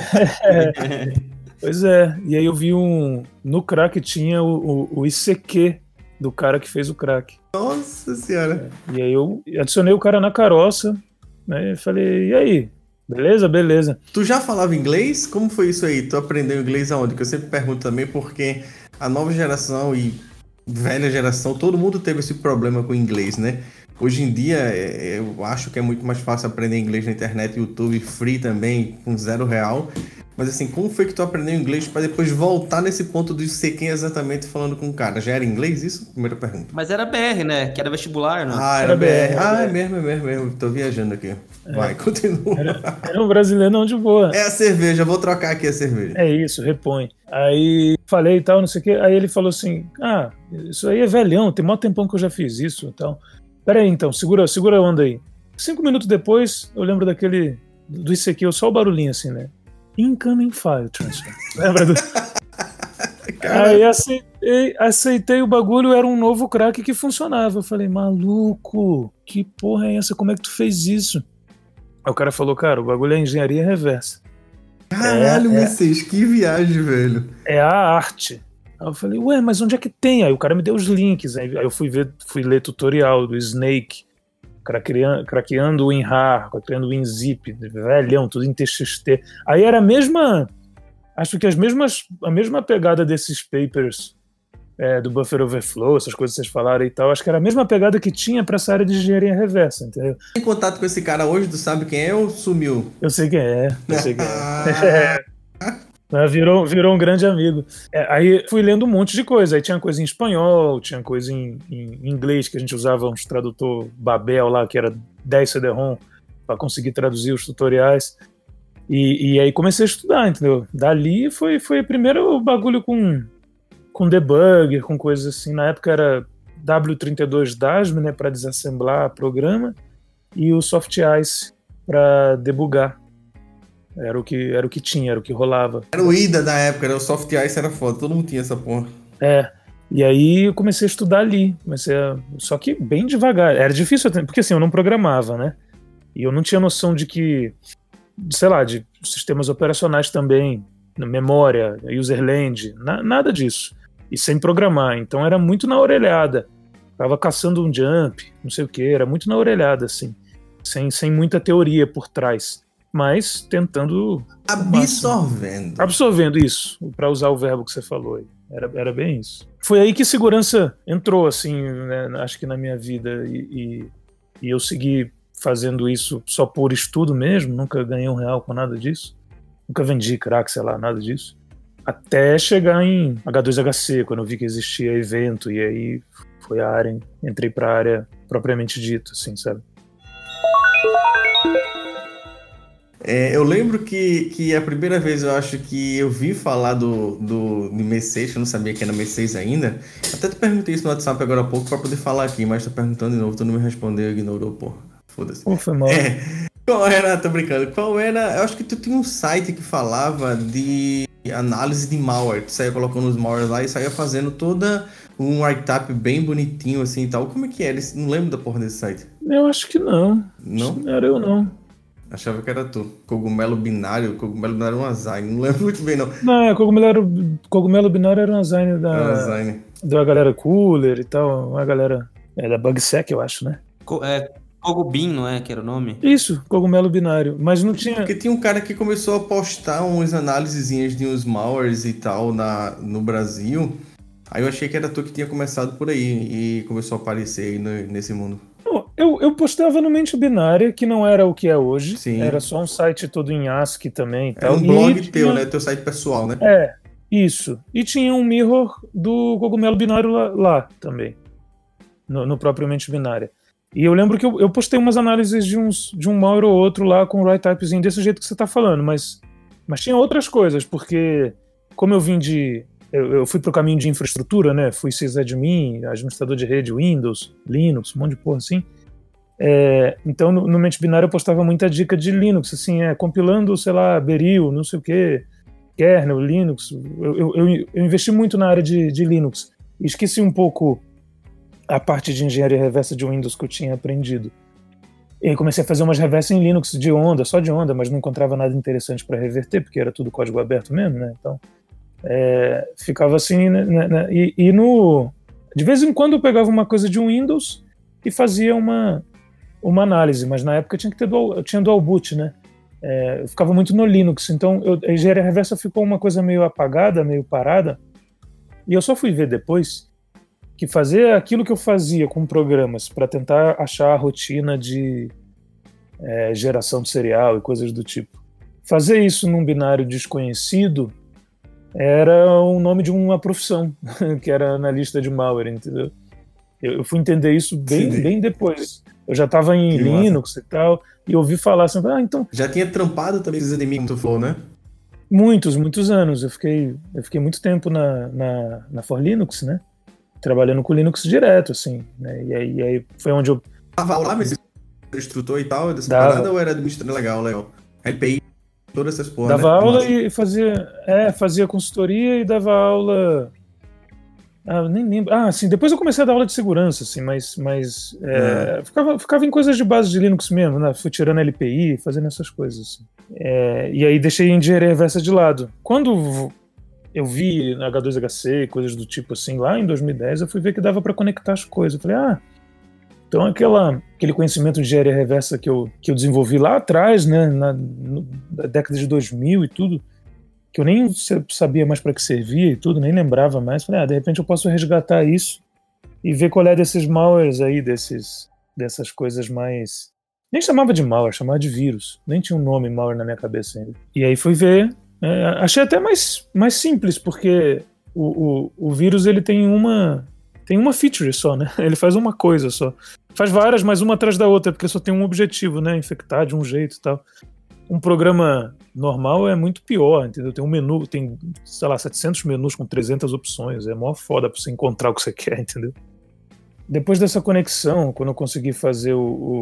Pois é, e aí eu vi no crack tinha o ICQ do cara que fez o crack. Nossa senhora. E aí eu adicionei o cara na caroça, né? E falei, e aí? Beleza? Tu já falava inglês? Como foi isso aí? Tu aprendeu inglês aonde? Que eu sempre pergunto também, porque a nova geração e velha geração, todo mundo teve esse problema com o inglês, né? Hoje em dia, eu acho que é muito mais fácil aprender inglês na internet, YouTube free também, com R$0. Mas assim, como foi que tu aprendeu inglês para depois voltar nesse ponto de ser quem exatamente falando com o cara? Já era inglês isso? Primeira pergunta. Mas era BR, né? Que era vestibular, né? Ah, era BR. Ah, é mesmo. Tô viajando aqui. Vai, continua. Era um brasileirão de boa. É a cerveja, vou trocar aqui a cerveja. É isso, repõe. Aí falei e tal, não sei o quê. Aí ele falou assim, isso aí é velhão, tem maior tempão que eu já fiz isso e tal. Pera aí então, segura a onda aí. 5 minutos depois, eu lembro do ICQ, só o barulhinho assim, né? Incoming file transfer. Lembra do... Aí aceitei o bagulho, era um novo crack que funcionava. Eu falei, maluco, que porra é essa? Como é que tu fez isso? Aí o cara falou, cara, o bagulho é engenharia reversa. Caralho, Messias, que viagem, velho. É a arte. Aí eu falei, ué, mas onde é que tem? Aí o cara me deu os links. Aí eu fui ler tutorial do Snake, craqueando o WinRAR, craqueando o WinZip, velhão, tudo em TXT. Aí era a mesma... Acho que a mesma pegada desses papers do Buffer Overflow, essas coisas que vocês falaram e tal, acho que era a mesma pegada que tinha pra essa área de engenharia reversa, entendeu? Tem contato com esse cara hoje? Tu sabe quem é ou sumiu? Eu sei quem é. Virou um grande amigo. Aí fui lendo um monte de coisa. Aí tinha coisa em espanhol, tinha coisa em inglês, que a gente usava uns tradutor Babel lá, que era 10 CD-ROM, pra conseguir traduzir os tutoriais. E aí comecei a estudar, entendeu? Dali foi primeiro o bagulho com debugger, com coisas assim. Na época era W32 DASM, né, para desassemblar programa, e o Soft Ice para debugar. Era o que tinha, era o que rolava. Era o IDA da época, era o Soft Ice, era foda, todo mundo tinha essa porra. E aí eu comecei a estudar ali, só que bem devagar. Era difícil, porque assim, eu não programava, né? E eu não tinha noção de sistemas operacionais também, memória, userland, nada disso. E sem programar, então era muito na orelhada. Tava caçando um jump, não sei o que, era muito na orelhada, assim, sem muita teoria por trás, mas tentando... Absorvendo isso, para usar o verbo que você falou aí. Era bem isso. Foi aí que segurança entrou, assim, né, acho que na minha vida, e eu segui fazendo isso só por estudo mesmo, nunca ganhei R$1 com nada disso, nunca vendi crack, sei lá, nada disso, até chegar em H2HC, quando eu vi que existia evento, e aí foi a área, entrei pra área propriamente dita, assim, sabe? Eu lembro que a primeira vez eu acho que eu vi falar do M6, eu não sabia que era M6 ainda. Até te perguntei isso no WhatsApp agora há pouco pra poder falar aqui, mas tô perguntando de novo, tu não me respondeu, ignorou, porra. Foda-se. Foi mal. Qual era, tô brincando, eu acho que tu tinha um site que falava de análise de malware, tu saía colocando os malwares lá e saía fazendo toda um write-up bem bonitinho assim e tal. Como é que era? Não lembro da porra desse site. Eu acho que não. Não? Não era eu, não. Achava que era tu. Cogumelo binário era um Azaine, não lembro muito bem não. Não, Cogumelo binário era um Azaine da galera Cooler e tal, uma galera da BugSec, eu acho, né? Cogubin, não é? Que era o nome? Isso, cogumelo binário. Mas não tinha... Porque tinha um cara que começou a postar umas análisezinhas de uns malwares e tal no Brasil. Aí eu achei que era tu que tinha começado por aí e começou a aparecer aí nesse mundo. Eu postava no Mente Binária, que não era o que é hoje. Sim. Era só um site todo em ASCII também. E era tal. Um blog teu, né? Teu site pessoal, né? Isso. E tinha um mirror do cogumelo binário lá também. No próprio Mente Binária. E eu lembro que eu postei umas análises de um malware ou outro lá com o write-typezinho desse jeito que você tá falando, mas tinha outras coisas, porque como eu vim eu fui pro caminho de infraestrutura, né? Fui sysadmin, administrador de rede, Windows, Linux, um monte de porra assim. Então no Mente Binária eu postava muita dica de Linux, assim, compilando, sei lá, Beryl, não sei o que, kernel, Linux. Eu investi muito na área de Linux. E esqueci um pouco a parte de engenharia reversa de Windows que eu tinha aprendido. E aí comecei a fazer umas reversas em Linux de onda, só de onda, mas não encontrava nada interessante para reverter, porque era tudo código aberto mesmo, né? Então, ficava assim, né? De vez em quando eu pegava uma coisa de Windows e fazia uma análise, mas na época eu tinha dual boot, né? Eu ficava muito no Linux, então a engenharia reversa ficou uma coisa meio apagada, meio parada, e eu só fui ver depois que fazer aquilo que eu fazia com programas para tentar achar a rotina de geração de serial e coisas do tipo, fazer isso num binário desconhecido era o nome de uma profissão, que era analista de malware, entendeu? Eu fui entender isso bem depois. Eu já estava em Linux e tal, e ouvi falar assim, então... Já tinha trampado também com mim, como tu falou, né? Muitos anos. Eu fiquei muito tempo na For Linux, né? Trabalhando com Linux direto, assim, né? E aí foi onde eu... Tava lá, mas instrutor e tal, dessa parada, ou era administrador legal? LPI, todas essas porra, dava né? aula e fazia consultoria e dava aula... nem lembro. Sim, depois eu comecei a dar aula de segurança, assim, mas ficava em coisas de base de Linux mesmo, né? Fui tirando LPI, fazendo essas coisas, assim. E aí deixei a engenharia reversa de lado. Quando eu vi na H2HC, coisas do tipo assim, lá em 2010, eu fui ver que dava para conectar as coisas. Eu falei, então aquele conhecimento de engenharia reversa que eu desenvolvi lá atrás, né, na década de 2000 e tudo, que eu nem sabia mais para que servia e tudo, nem lembrava mais. Falei, de repente eu posso resgatar isso e ver qual é desses malwares aí, dessas coisas mais... Nem chamava de malware, chamava de vírus. Nem tinha um nome malware na minha cabeça ainda. E aí fui ver. Achei até mais simples, porque o vírus ele tem uma feature só, né? Ele faz uma coisa só. Faz várias, mas uma atrás da outra, porque só tem um objetivo, né? Infectar de um jeito e tal. Um programa normal é muito pior, entendeu? Tem um menu, tem, sei lá, 700 menus com 300 opções. É mó foda pra você encontrar o que você quer, entendeu? Depois dessa conexão, quando eu consegui fazer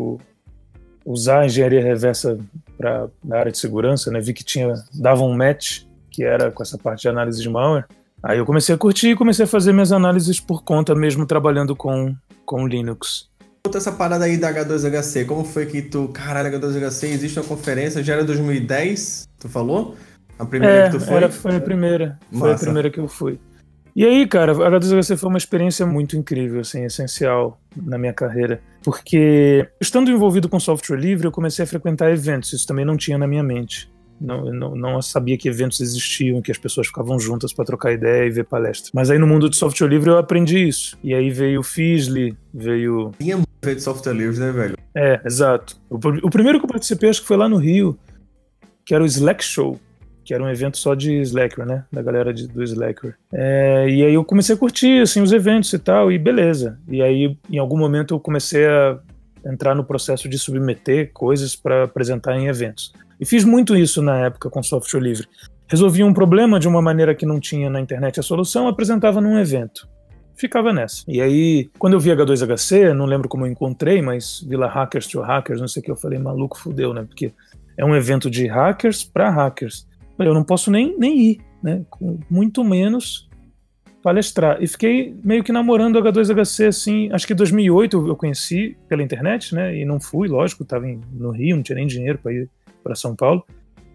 usar a engenharia reversa na área de segurança, né? Vi que dava um match, que era com essa parte de análise de malware. Aí eu comecei a curtir e comecei a fazer minhas análises por conta mesmo, trabalhando com Linux. Essa parada aí da H2HC, como foi que caralho, H2HC, existe uma conferência, já era 2010, tu falou? A primeira que tu foi? Foi a primeira. Foi a primeira que eu fui. E aí, cara, a H2HC foi uma experiência muito incrível, assim, essencial na minha carreira. Porque, estando envolvido com software livre, eu comecei a frequentar eventos. Isso também não tinha na minha mente. Não sabia que eventos existiam, que as pessoas ficavam juntas para trocar ideia e ver palestra. Mas aí no mundo de software livre eu aprendi isso. E aí veio o Fizzly, Tinha muito evento de software livre, né, velho? Exato. O primeiro que eu participei, acho que foi lá no Rio, que era o Slack Show, que era um evento só de Slackware, né? Da galera do Slackware. E aí eu comecei a curtir, assim, os eventos e tal, e beleza. E aí, em algum momento, eu comecei a entrar no processo de submeter coisas para apresentar em eventos. E fiz muito isso na época com software livre. Resolvia um problema de uma maneira que não tinha na internet a solução, apresentava num evento. Ficava nessa. E aí, quando eu vi H2HC, não lembro como eu encontrei, mas vi lá Hackers to Hackers, não sei o que, eu falei, maluco, fudeu, né? Porque é um evento de hackers para hackers. Eu não posso nem ir, né? Muito menos palestrar. E fiquei meio que namorando o H2HC, assim, acho que em 2008 eu conheci pela internet, né? E não fui, lógico, estava no Rio, não tinha nem dinheiro para ir para São Paulo.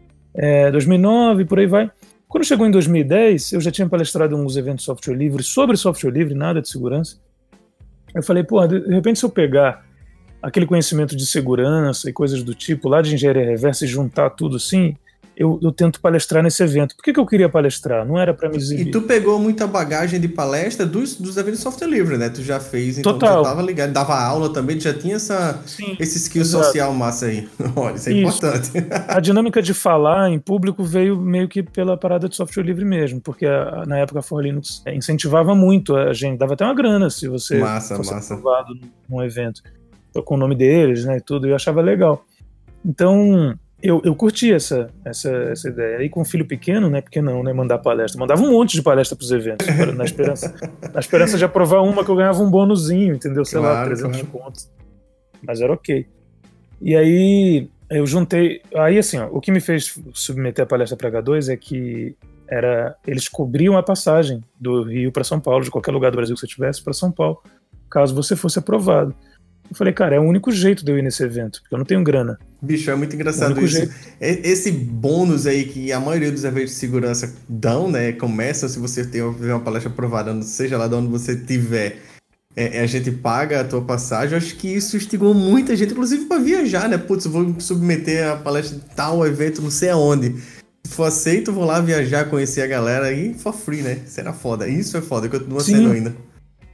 2009, por aí vai. Quando chegou em 2010, eu já tinha palestrado em alguns eventos de software livre, sobre software livre, nada de segurança. Eu falei, de repente se eu pegar aquele conhecimento de segurança e coisas do tipo, lá de engenharia reversa e juntar tudo assim, eu tento palestrar nesse evento. Por que eu queria palestrar? Não era para me exibir. E tu pegou muita bagagem de palestra dos eventos de software livre, né? Tu já fez, então Total. Tu já tava ligado, dava aula também, tu já tinha esse skill social massa aí. Olha, isso é importante. A dinâmica de falar em público veio meio que pela parada de software livre mesmo, porque na época a For Linux incentivava muito a gente, dava até uma grana se você fosse aprovado num evento com o nome deles, né, e tudo, eu achava legal. Então eu curti essa ideia. Aí com um filho pequeno, né? Porque não, né? Mandar palestra. Mandava um monte de palestra pros eventos, na esperança de aprovar uma que eu ganhava um bônusinho, entendeu? Sei lá, 300 contos. Mas era ok. E aí eu juntei. Aí assim, o que me fez submeter a palestra para H2 é que eles cobriam a passagem do Rio para São Paulo, de qualquer lugar do Brasil que você tivesse, para São Paulo, caso você fosse aprovado. Eu falei, cara, é o único jeito de eu ir nesse evento, porque eu não tenho grana. Bicho, é muito engraçado isso. Esse bônus aí que a maioria dos eventos de segurança dão, né? Começa se você tiver uma palestra aprovada, seja lá de onde você estiver, a gente paga a tua passagem. Eu acho que isso instigou muita gente, inclusive para viajar, né? Putz, eu vou submeter a palestra de tal evento, não sei aonde. Se for aceito, eu vou lá viajar, conhecer a galera e for free, né? Será foda. Isso é foda, continua sendo ainda.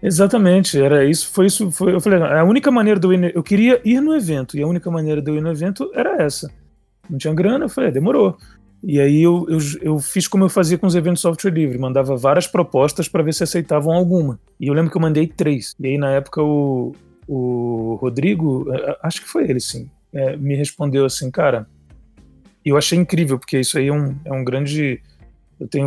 Exatamente, era isso, eu falei, a única maneira de eu ir, eu queria ir no evento, e a única maneira de eu ir no evento era essa. Não tinha grana, eu falei, demorou. E aí eu fiz como eu fazia com os eventos de software livre, mandava várias propostas para ver se aceitavam alguma. E eu lembro que eu mandei 3. E aí na época o Rodrigo, acho que foi ele sim, me respondeu assim, cara, eu achei incrível, porque isso aí é um grande... Eu tenho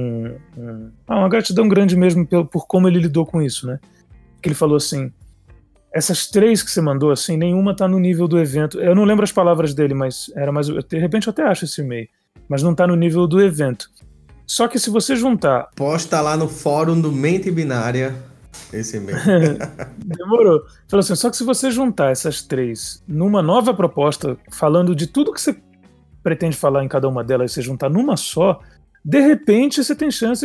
uma gratidão grande mesmo por como ele lidou com isso, né? Que ele falou assim, essas 3 que você mandou, assim, nenhuma tá no nível do evento. Eu não lembro as palavras dele, mas era mais... De repente eu até acho esse e-mail. Mas não tá no nível do evento. Só que se você juntar... Posta lá no fórum do Mente Binária esse e-mail. Demorou. Falou assim, só que se você juntar essas 3 numa nova proposta, falando de tudo que você pretende falar em cada uma delas, e você juntar numa só... De repente você tem chance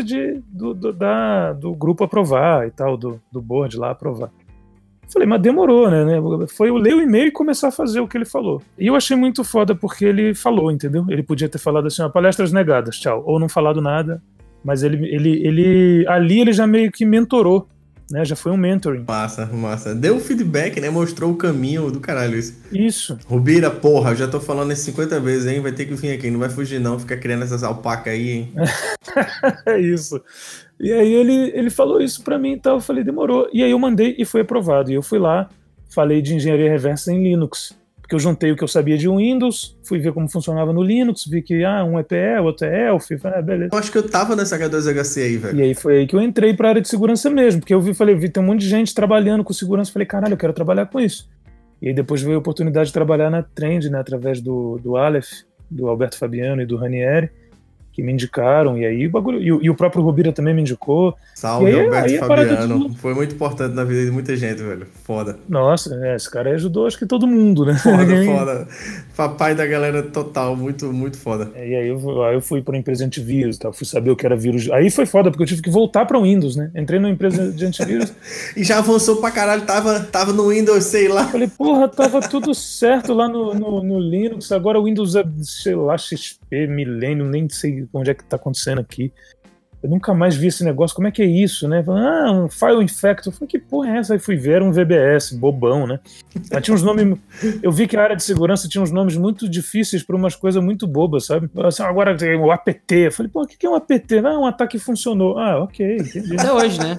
do grupo aprovar e tal, do board lá aprovar. Falei, mas demorou, né? Foi eu ler o e-mail e começar a fazer o que ele falou. E eu achei muito foda porque ele falou, entendeu? Ele podia ter falado assim, palestras negadas, tchau. Ou não falado nada, mas ele ali ele já meio que mentorou, né? Já foi um mentoring. Massa. Deu feedback, né? Mostrou o caminho do caralho isso. Isso. Rubira, porra, eu já tô falando isso 50 vezes, hein? Vai ter que vir aqui, não vai fugir não, fica criando essas alpacas aí, hein? É isso. E aí ele falou isso pra mim e tal, eu falei, demorou. E aí eu mandei e foi aprovado. E eu fui lá, falei de engenharia reversa em Linux. Porque eu juntei o que eu sabia de Windows, fui ver como funcionava no Linux, vi que um é PE, outro é ELF, beleza. Eu acho que eu tava nessa H2HC aí, velho. E aí foi aí que eu entrei pra área de segurança mesmo, porque eu vi tem um monte de gente trabalhando com segurança, falei, caralho, eu quero trabalhar com isso. E aí depois veio a oportunidade de trabalhar na Trend, né, através do Aleph, do Alberto Fabiano e do Ranieri, que me indicaram, e aí o bagulho, e o próprio Rubira também me indicou. Salve, aí, Alberto Fabiano. Foi muito importante na vida de muita gente, velho. Foda. Nossa, esse cara ajudou acho que todo mundo, né? Foda. Papai da galera total, muito, muito foda. E aí eu fui para uma empresa de antivírus, tá? Fui saber o que era vírus. Aí foi foda, porque eu tive que voltar para o Windows, né? Entrei numa empresa de antivírus. E já avançou pra caralho, tava no Windows, sei lá. Falei, porra, tava tudo certo lá no Linux, agora o Windows é, sei lá, XP, Millennium, nem sei onde é que tá acontecendo aqui. Eu nunca mais vi esse negócio, como é que é isso, né? Um file infector. Eu falei, que porra é essa? Aí fui ver, era um VBS, bobão, né? Mas tinha uns nomes... Eu vi que a área de segurança tinha uns nomes muito difíceis para umas coisas muito bobas, sabe? Assim, agora tem o APT. Eu falei, pô, o que é um APT? Um ataque funcionou. Ah, ok, entendi. Até hoje, né?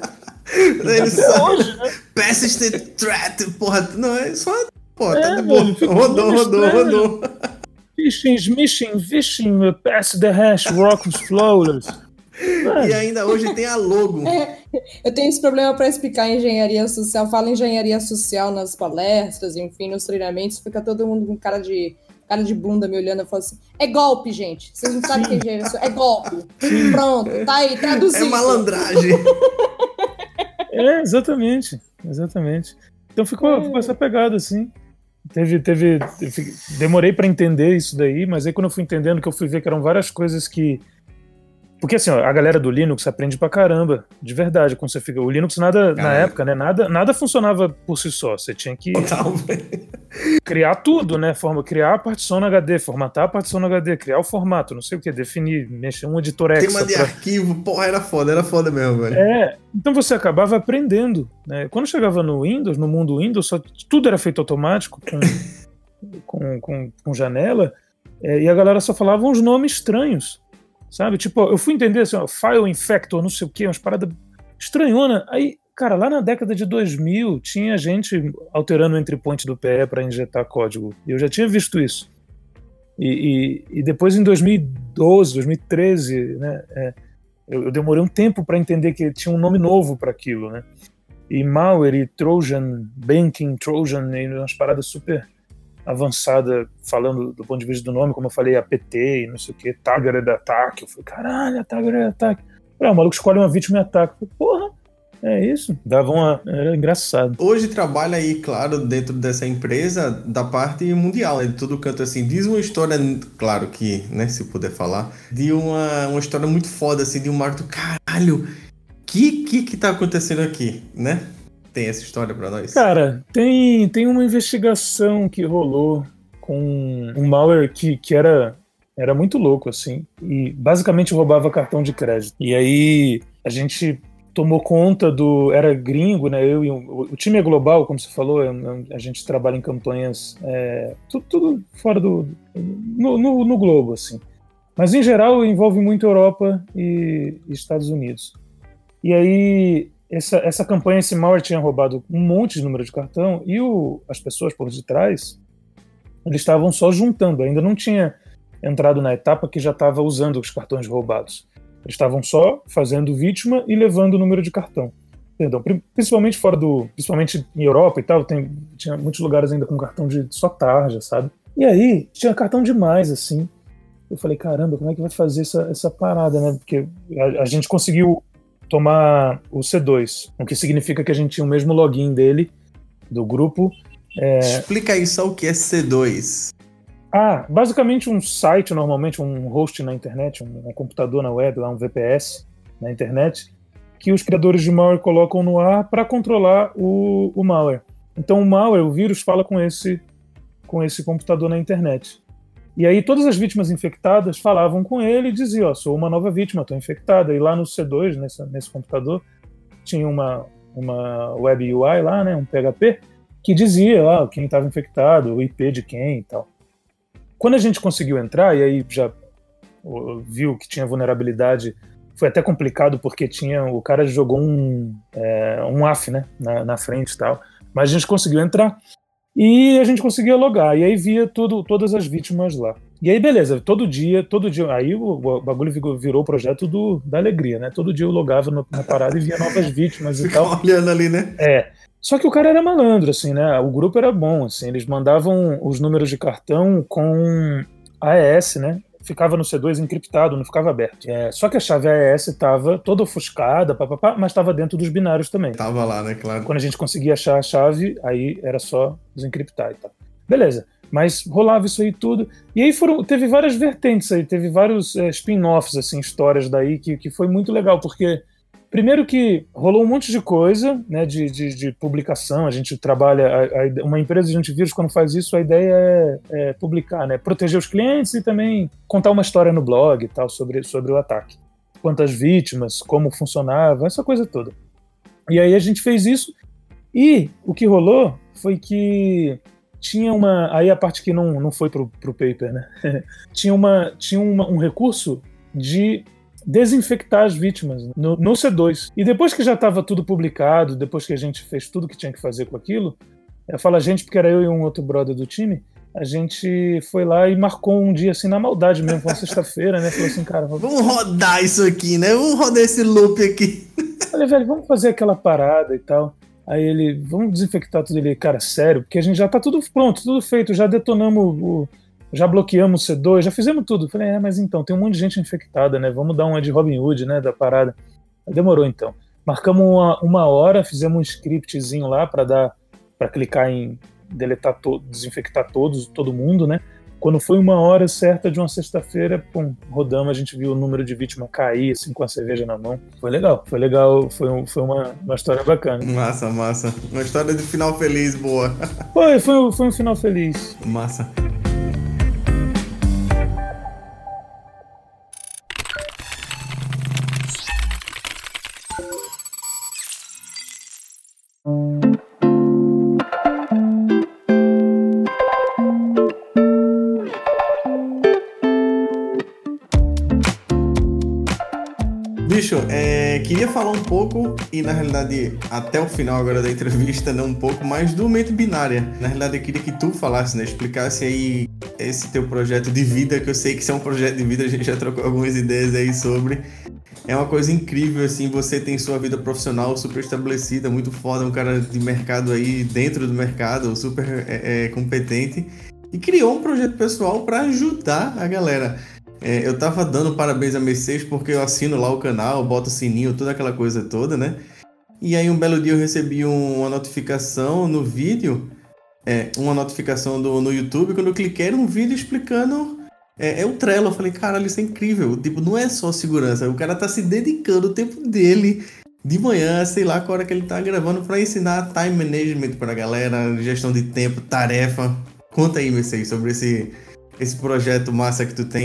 Hoje, né? Persistent threat, porra, não, é só... Pô, tá de velho, boa. Rodou. Phishing, pass the hash, rock flawless. E ainda hoje tem a logo. Eu tenho esse problema para explicar engenharia social. Falo engenharia social nas palestras, enfim, nos treinamentos. Fica todo mundo com cara de bunda me olhando e fala assim, é golpe, gente. Vocês não sabem o que é engenharia social. É golpe. Pronto, tá aí, traduzido. É malandragem. Exatamente. Então ficou essa pegada, assim. Demorei para entender isso daí, mas aí quando eu fui entendendo, que eu fui ver que eram várias coisas que... Porque assim, ó, a galera do Linux aprende pra caramba, de verdade, quando você fica... O Linux na época, né, nada funcionava por si só, você tinha que criar tudo, né, criar a partição no HD, formatar a partição no HD, criar o formato, não sei o que, definir, mexer um editor extra. Tema de arquivo, porra, era foda mesmo, velho. Então você acabava aprendendo, né, quando chegava no Windows, no mundo Windows, tudo era feito automático, com janela, e a galera só falava uns nomes estranhos. Sabe, tipo, eu fui entender assim, file infector, não sei o que, umas paradas estranhona. Aí, cara, lá na década de 2000 tinha gente alterando o entry point do PE para injetar código. E eu já tinha visto isso. E depois em 2012, 2013, né, eu demorei um tempo para entender que tinha um nome novo para aquilo, né? E malware, e Trojan, banking, Trojan, e umas paradas super avançada, falando do ponto de vista do nome, como eu falei, APT e não sei o que, Targeted Attack. Eu falei, caralho, Targeted Attack. O maluco escolhe uma vítima e ataca. Eu falei, porra, é isso. Era engraçado. Hoje trabalha aí, claro, dentro dessa empresa, da parte mundial, de todo canto, assim. Diz uma história, claro que, né, se puder falar, de uma história muito foda, assim, de um marco do caralho, que tá acontecendo aqui, né? Tem essa história pra nós? Cara, tem uma investigação que rolou com um malware que era muito louco, assim, e basicamente roubava cartão de crédito. E aí a gente tomou conta era gringo, né? O time é global, como você falou, a gente trabalha em campanhas tudo fora no globo, assim. Mas, em geral, envolve muito Europa e Estados Unidos. E aí, essa campanha, esse malware tinha roubado um monte de número de cartão e as pessoas por detrás, eles estavam só juntando, ainda não tinha entrado na etapa que já estava usando os cartões roubados. Eles estavam só fazendo vítima e levando o número de cartão. Perdão, principalmente principalmente em Europa e tal, tinha muitos lugares ainda com cartão de só tarja, sabe? E aí, tinha cartão demais, assim. Eu falei, caramba, como é que vai fazer essa parada, né? Porque a gente conseguiu tomar o C2, o que significa que a gente tinha o mesmo login dele, do grupo. Explica aí só o que é C2. Basicamente um site, normalmente um host na internet, um computador na web, lá um VPS na internet, que os criadores de malware colocam no ar para controlar o malware. Então o malware, o vírus, fala com esse computador na internet. E aí todas as vítimas infectadas falavam com ele e diziam, sou uma nova vítima, estou infectada. E lá no C2, nesse computador, tinha uma web UI lá, né, um PHP, que dizia quem estava infectado, o IP de quem e tal. Quando a gente conseguiu entrar, e aí já viu que tinha vulnerabilidade, foi até complicado porque o cara jogou um AF, né, na frente e tal, mas a gente conseguiu entrar e a gente conseguia logar, e aí via todas as vítimas lá. E aí beleza, todo dia, aí o bagulho virou o projeto da alegria, né, todo dia eu logava na parada e via novas vítimas e tal. Olhando ali, né? Só que o cara era malandro, assim, né? O grupo era bom, assim, eles mandavam os números de cartão com AES, né? Ficava no C2 encriptado, não ficava aberto. Só que a chave AES estava toda ofuscada, mas estava dentro dos binários também. Tava lá, né? Claro. Quando a gente conseguia achar a chave, aí era só desencriptar e tal. Beleza, mas rolava isso aí tudo. E aí teve várias vertentes aí, teve vários spin-offs, assim, histórias daí, que foi muito legal, porque... Primeiro que rolou um monte de coisa, né, de publicação, a gente trabalha, uma empresa de antivírus, quando faz isso, a ideia é publicar, né, proteger os clientes e também contar uma história no blog e tal sobre o ataque. Quantas vítimas, como funcionava, essa coisa toda. E aí a gente fez isso, e o que rolou foi que tinha aí a parte que não foi pro paper, né, tinha um recurso de desinfectar as vítimas no C2. E depois que já estava tudo publicado, depois que a gente fez tudo que tinha que fazer com aquilo, eu falo a gente porque era eu e um outro brother do time, a gente foi lá e marcou um dia assim na maldade mesmo, uma sexta-feira, né? Falou assim, cara... Vamos rodar isso aqui, né? Vamos rodar esse loop aqui. Falei, velho, vamos fazer aquela parada e tal. Aí ele, vamos desinfectar tudo. Ele, cara, sério, porque a gente já tá tudo pronto, tudo feito, já detonamos já bloqueamos o C2, já fizemos tudo. Falei, mas então, tem um monte de gente infectada, né? Vamos dar uma de Robin Hood, né, da parada. Aí demorou, então. Marcamos uma hora, fizemos um scriptzinho lá para clicar em deletar, desinfectar todo mundo, né? Quando foi uma hora certa de uma sexta-feira, pum, rodamos, a gente viu o número de vítimas cair, assim, com a cerveja na mão. Foi legal, foi uma história bacana. Massa. Uma história de final feliz, boa. Foi um final feliz. Massa. Bicho, queria falar um pouco, e na realidade até o final agora da entrevista, um pouco mais do Mente Binária. Na realidade eu queria que tu falasse, né, explicasse aí esse teu projeto de vida, que eu sei que isso é um projeto de vida, a gente já trocou algumas ideias aí sobre. É uma coisa incrível, assim, você tem sua vida profissional super estabelecida, muito foda, um cara de mercado aí, dentro do mercado, super competente, e criou um projeto pessoal para ajudar a galera. Eu tava dando parabéns a Mercedes porque eu assino lá o canal, boto o sininho, toda aquela coisa toda, né? E aí um belo dia eu recebi uma notificação no vídeo, uma notificação no YouTube, quando eu cliquei era um vídeo explicando o Trello. Eu falei, caralho, isso é incrível, tipo, não é só segurança, o cara tá se dedicando o tempo dele de manhã, sei lá qual hora que ele tá gravando, para ensinar time management pra galera, gestão de tempo, tarefa. Conta aí, Mercedes, sobre esse projeto massa que tu tem.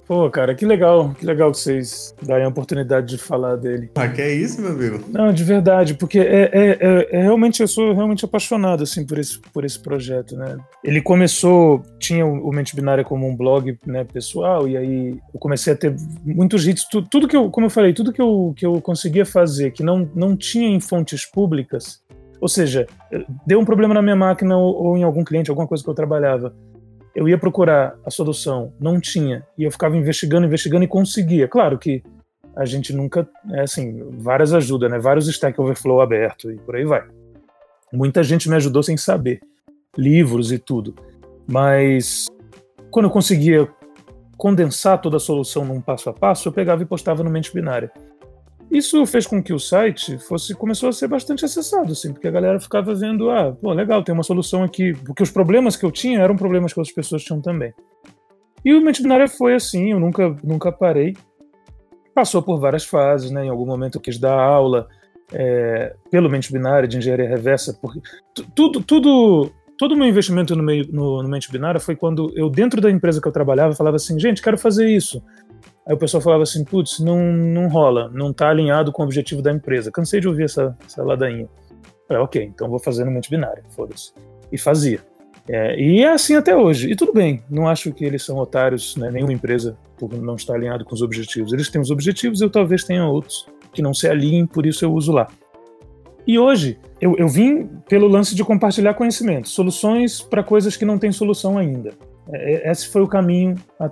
Pô, cara, que legal que vocês darem a oportunidade de falar dele. Ah, que é isso, meu amigo? Não, de verdade, porque realmente, eu sou realmente apaixonado, assim, por esse projeto, né? Ele começou, tinha o Mente Binária como um blog, né, pessoal, e aí eu comecei a ter muitos hits, tudo que eu, como eu falei, tudo que eu conseguia fazer, que não tinha em fontes públicas, ou seja, deu um problema na minha máquina ou em algum cliente, alguma coisa que eu trabalhava, eu ia procurar a solução, não tinha, e eu ficava investigando e conseguia. Claro que a gente nunca, assim, várias ajudas, né? Vários Stack Overflow aberto e por aí vai. Muita gente me ajudou sem saber, livros e tudo. Mas quando eu conseguia condensar toda a solução num passo a passo, eu pegava e postava no Mente Binária. Isso fez com que o site começou a ser bastante acessado, assim, porque a galera ficava vendo, pô, legal, tem uma solução aqui, porque os problemas que eu tinha eram problemas que outras pessoas tinham também. E o Mente Binária foi assim, eu nunca parei. Passou por várias fases, né? Em algum momento eu quis dar aula pelo Mente Binária de engenharia reversa, porque todo o meu investimento no Mente Binária foi quando eu, dentro da empresa que eu trabalhava, falava assim, gente, quero fazer isso. Aí o pessoal falava assim, putz, não rola, não tá alinhado com o objetivo da empresa. Cansei de ouvir essa ladainha. Eu falei, ok, então vou fazer no Mente Binária, foda-se. E fazia. E é assim até hoje. E tudo bem, não acho que eles são otários, né, nenhuma empresa, por não estar alinhado com os objetivos. Eles têm os objetivos, eu talvez tenha outros que não se alinhem, por isso eu uso lá. E hoje, eu vim pelo lance de compartilhar conhecimento, soluções para coisas que não têm solução ainda. Esse foi o caminho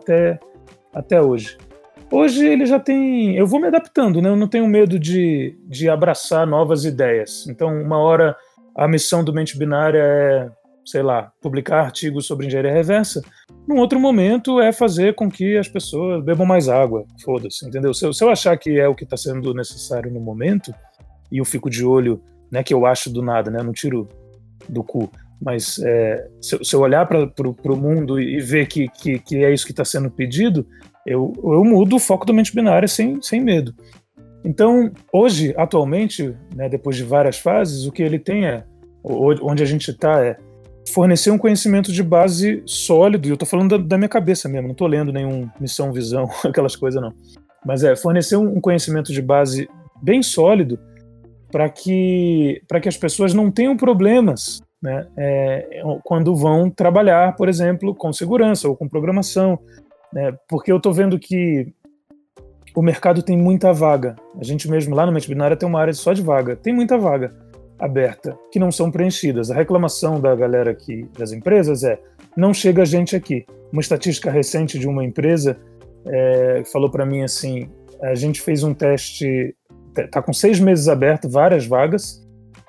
até hoje. Hoje ele já tem... Eu vou me adaptando, né? Eu não tenho medo de abraçar novas ideias. Então, uma hora a missão do Mente Binária é, sei lá, publicar artigos sobre engenharia reversa. Num outro momento é fazer com que as pessoas bebam mais água. Foda-se, entendeu? Se eu achar que é o que está sendo necessário no momento, e eu fico de olho, né, que eu acho do nada, né? Eu não tiro do cu. Mas se eu olhar para o mundo e ver que é isso que está sendo pedido, eu mudo o foco do Mente Binária sem medo. Então, hoje, atualmente, né, depois de várias fases, o que ele tem onde a gente está fornecer um conhecimento de base sólido, e eu estou falando da minha cabeça mesmo, não estou lendo nenhum missão, visão, aquelas coisas não. Mas fornecer um conhecimento de base bem sólido para que as pessoas não tenham problemas, né, quando vão trabalhar, por exemplo, com segurança ou com programação, né, porque eu estou vendo que o mercado tem muita vaga. A gente mesmo lá no Mente Binária tem uma área só de vaga. Tem muita vaga aberta que não são preenchidas. A reclamação da galera aqui, das empresas, não chega gente aqui. Uma estatística recente de uma empresa falou para mim assim, a gente fez um teste, tá com 6 meses aberto, várias vagas,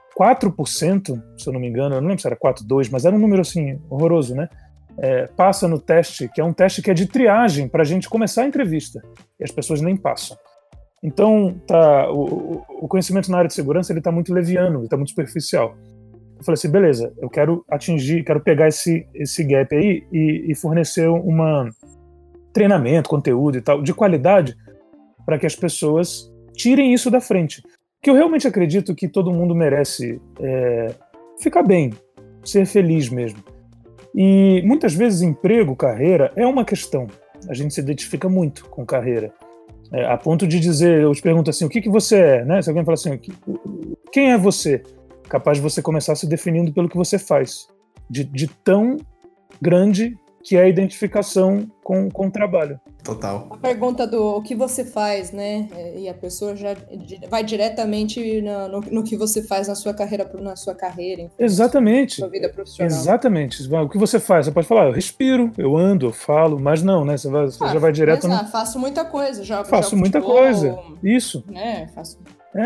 4%, se eu não me engano, eu não lembro se era 4,2%, mas era um número assim, horroroso, né? Passa no teste, que é um teste que é de triagem para a gente começar a entrevista, e as pessoas nem passam. Então, o conhecimento na área de segurança está muito leviano, está muito superficial. Eu falei assim, beleza, eu quero pegar esse gap aí e fornecer treinamento, conteúdo e tal, de qualidade, para que as pessoas tirem isso da frente. Porque eu realmente acredito que todo mundo merece ficar bem, ser feliz mesmo. E muitas vezes emprego, carreira, é uma questão. A gente se identifica muito com carreira. A ponto de dizer, eu te pergunto assim, o que você é? Né? Se alguém fala assim, quem é você? Capaz de você começar se definindo pelo que você faz. De tão grande que é a identificação com o trabalho. Total. A pergunta do o que você faz, né? E a pessoa já vai diretamente no que você faz na sua carreira, enfim, exatamente. Na sua vida profissional. Exatamente. O que você faz? Você pode falar, eu respiro, eu ando, eu falo, mas não, né? Você já vai direto no... Faço muita coisa. Faço muita coisa. Isso. Né? Faço...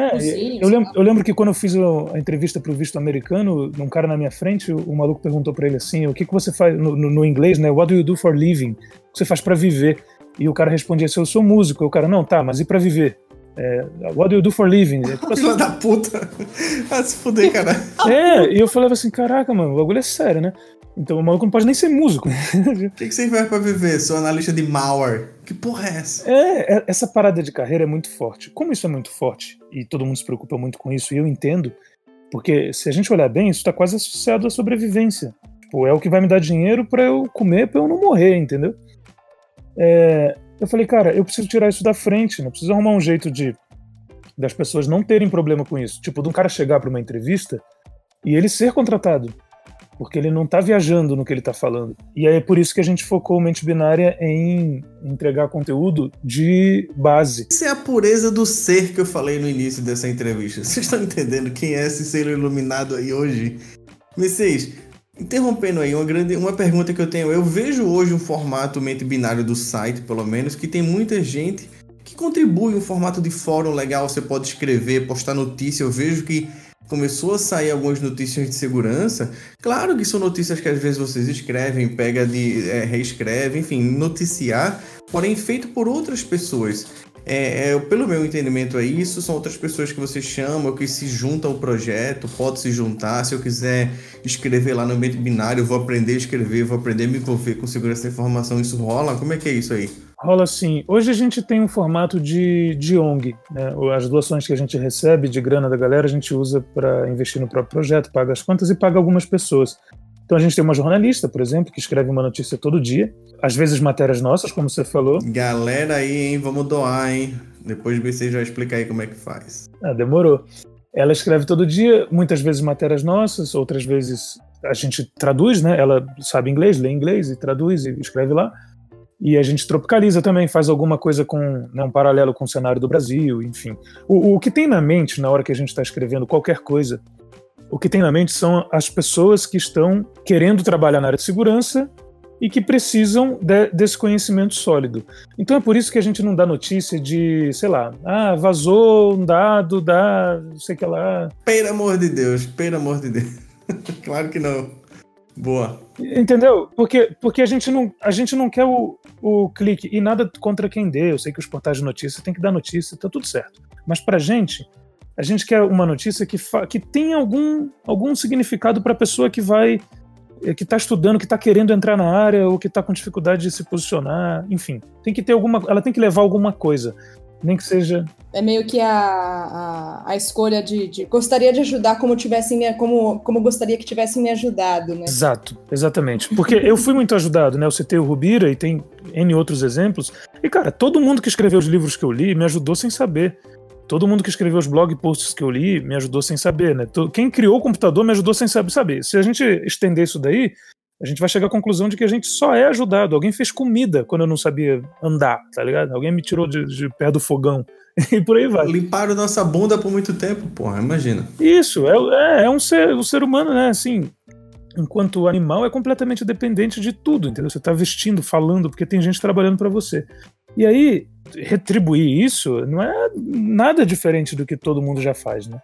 Eu lembro que quando eu fiz a entrevista para o visto americano, um cara na minha frente, o maluco perguntou para ele assim, o que você faz, no inglês, né? What do you do for living? O que você faz para viver? E o cara respondia assim, eu sou músico. E o cara, não, tá, mas e para viver? What do you do for living? Tipo assim, filha da puta! Vai se fuder, cara. E eu falava assim, caraca, mano, o bagulho é sério, né? Então o maluco não pode nem ser músico. O que você faz pra viver? Sou analista de malware. Que porra é essa? Essa parada de carreira é muito forte. Como isso é muito forte, e todo mundo se preocupa muito com isso, e eu entendo, porque se a gente olhar bem, isso tá quase associado à sobrevivência. Tipo, é o que vai me dar dinheiro pra eu comer, pra eu não morrer, entendeu? Eu falei, cara, eu preciso tirar isso da frente, né? Preciso arrumar um jeito das pessoas não terem problema com isso. Tipo, de um cara chegar para uma entrevista e ele ser contratado, porque ele não tá viajando no que ele tá falando. E aí é por isso que a gente focou o Mente Binária em entregar conteúdo de base. Isso é a pureza do ser que eu falei no início dessa entrevista. Vocês estão entendendo quem é esse ser iluminado aí hoje? Vocês, interrompendo aí, uma pergunta que eu tenho. Eu vejo hoje um formato Mente Binário do site, pelo menos, que tem muita gente que contribui, um formato de fórum legal, você pode escrever, postar notícia. Eu vejo que começou a sair algumas notícias de segurança. Claro que são notícias que às vezes vocês escrevem, reescreve, enfim, noticiar, porém feito por outras pessoas. Pelo meu entendimento aí, isso são outras pessoas que você chama, que se juntam ao projeto, pode se juntar. Se eu quiser escrever lá no Mente Binário, eu vou aprender a escrever, vou aprender a me envolver com segurança da informação, isso rola? Como é que é isso aí? Rola sim. Hoje a gente tem um formato de ONG, né? As doações que a gente recebe de grana da galera, a gente usa para investir no próprio projeto, paga as contas e paga algumas pessoas. Então a gente tem uma jornalista, por exemplo, que escreve uma notícia todo dia, às vezes matérias nossas, como você falou. Galera aí, hein? Vamos doar, hein? Depois você já explica aí como é que faz. Demorou. Ela escreve todo dia, muitas vezes matérias nossas, outras vezes a gente traduz, né? Ela sabe inglês, lê inglês e traduz e escreve lá. E a gente tropicaliza também, faz alguma coisa com, né, um paralelo com o cenário do Brasil, enfim. O que tem na mente na hora que a gente está escrevendo qualquer coisa, o que tem na mente são as pessoas que estão querendo trabalhar na área de segurança e que precisam desse conhecimento sólido. Então é por isso que a gente não dá notícia de, sei lá, vazou um dado da não sei o que lá. Pelo amor de Deus. Claro que não. Boa. Entendeu? Porque a gente não quer o clique, e nada contra quem dê. Eu sei que os portais de notícia tem que dar notícia, tá tudo certo. Mas pra gente, a gente quer uma notícia que tenha algum significado pra pessoa que tá estudando, que tá querendo entrar na área ou que tá com dificuldade de se posicionar, enfim. Tem que ter ela tem que levar alguma coisa. Nem que seja... É meio que a escolha de gostaria de ajudar como gostaria que tivessem me ajudado, né? Exato, exatamente. Porque eu fui muito ajudado, né? Eu citei o Rubira e tem N outros exemplos. E, cara, todo mundo que escreveu os livros que eu li me ajudou sem saber. Todo mundo que escreveu os blog posts que eu li me ajudou sem saber, né? Quem criou o computador me ajudou sem saber. Se a gente estender isso daí, a gente vai chegar à conclusão de que a gente só é ajudado. Alguém fez comida quando eu não sabia andar, tá ligado? Alguém me tirou de perto do fogão. E por aí vai. Limparam nossa bunda por muito tempo, porra, imagina. Isso, um ser humano, né? Assim, enquanto animal, é completamente dependente de tudo, entendeu? Você tá vestindo, falando, porque tem gente trabalhando pra você. E aí, retribuir isso não é nada diferente do que todo mundo já faz, né?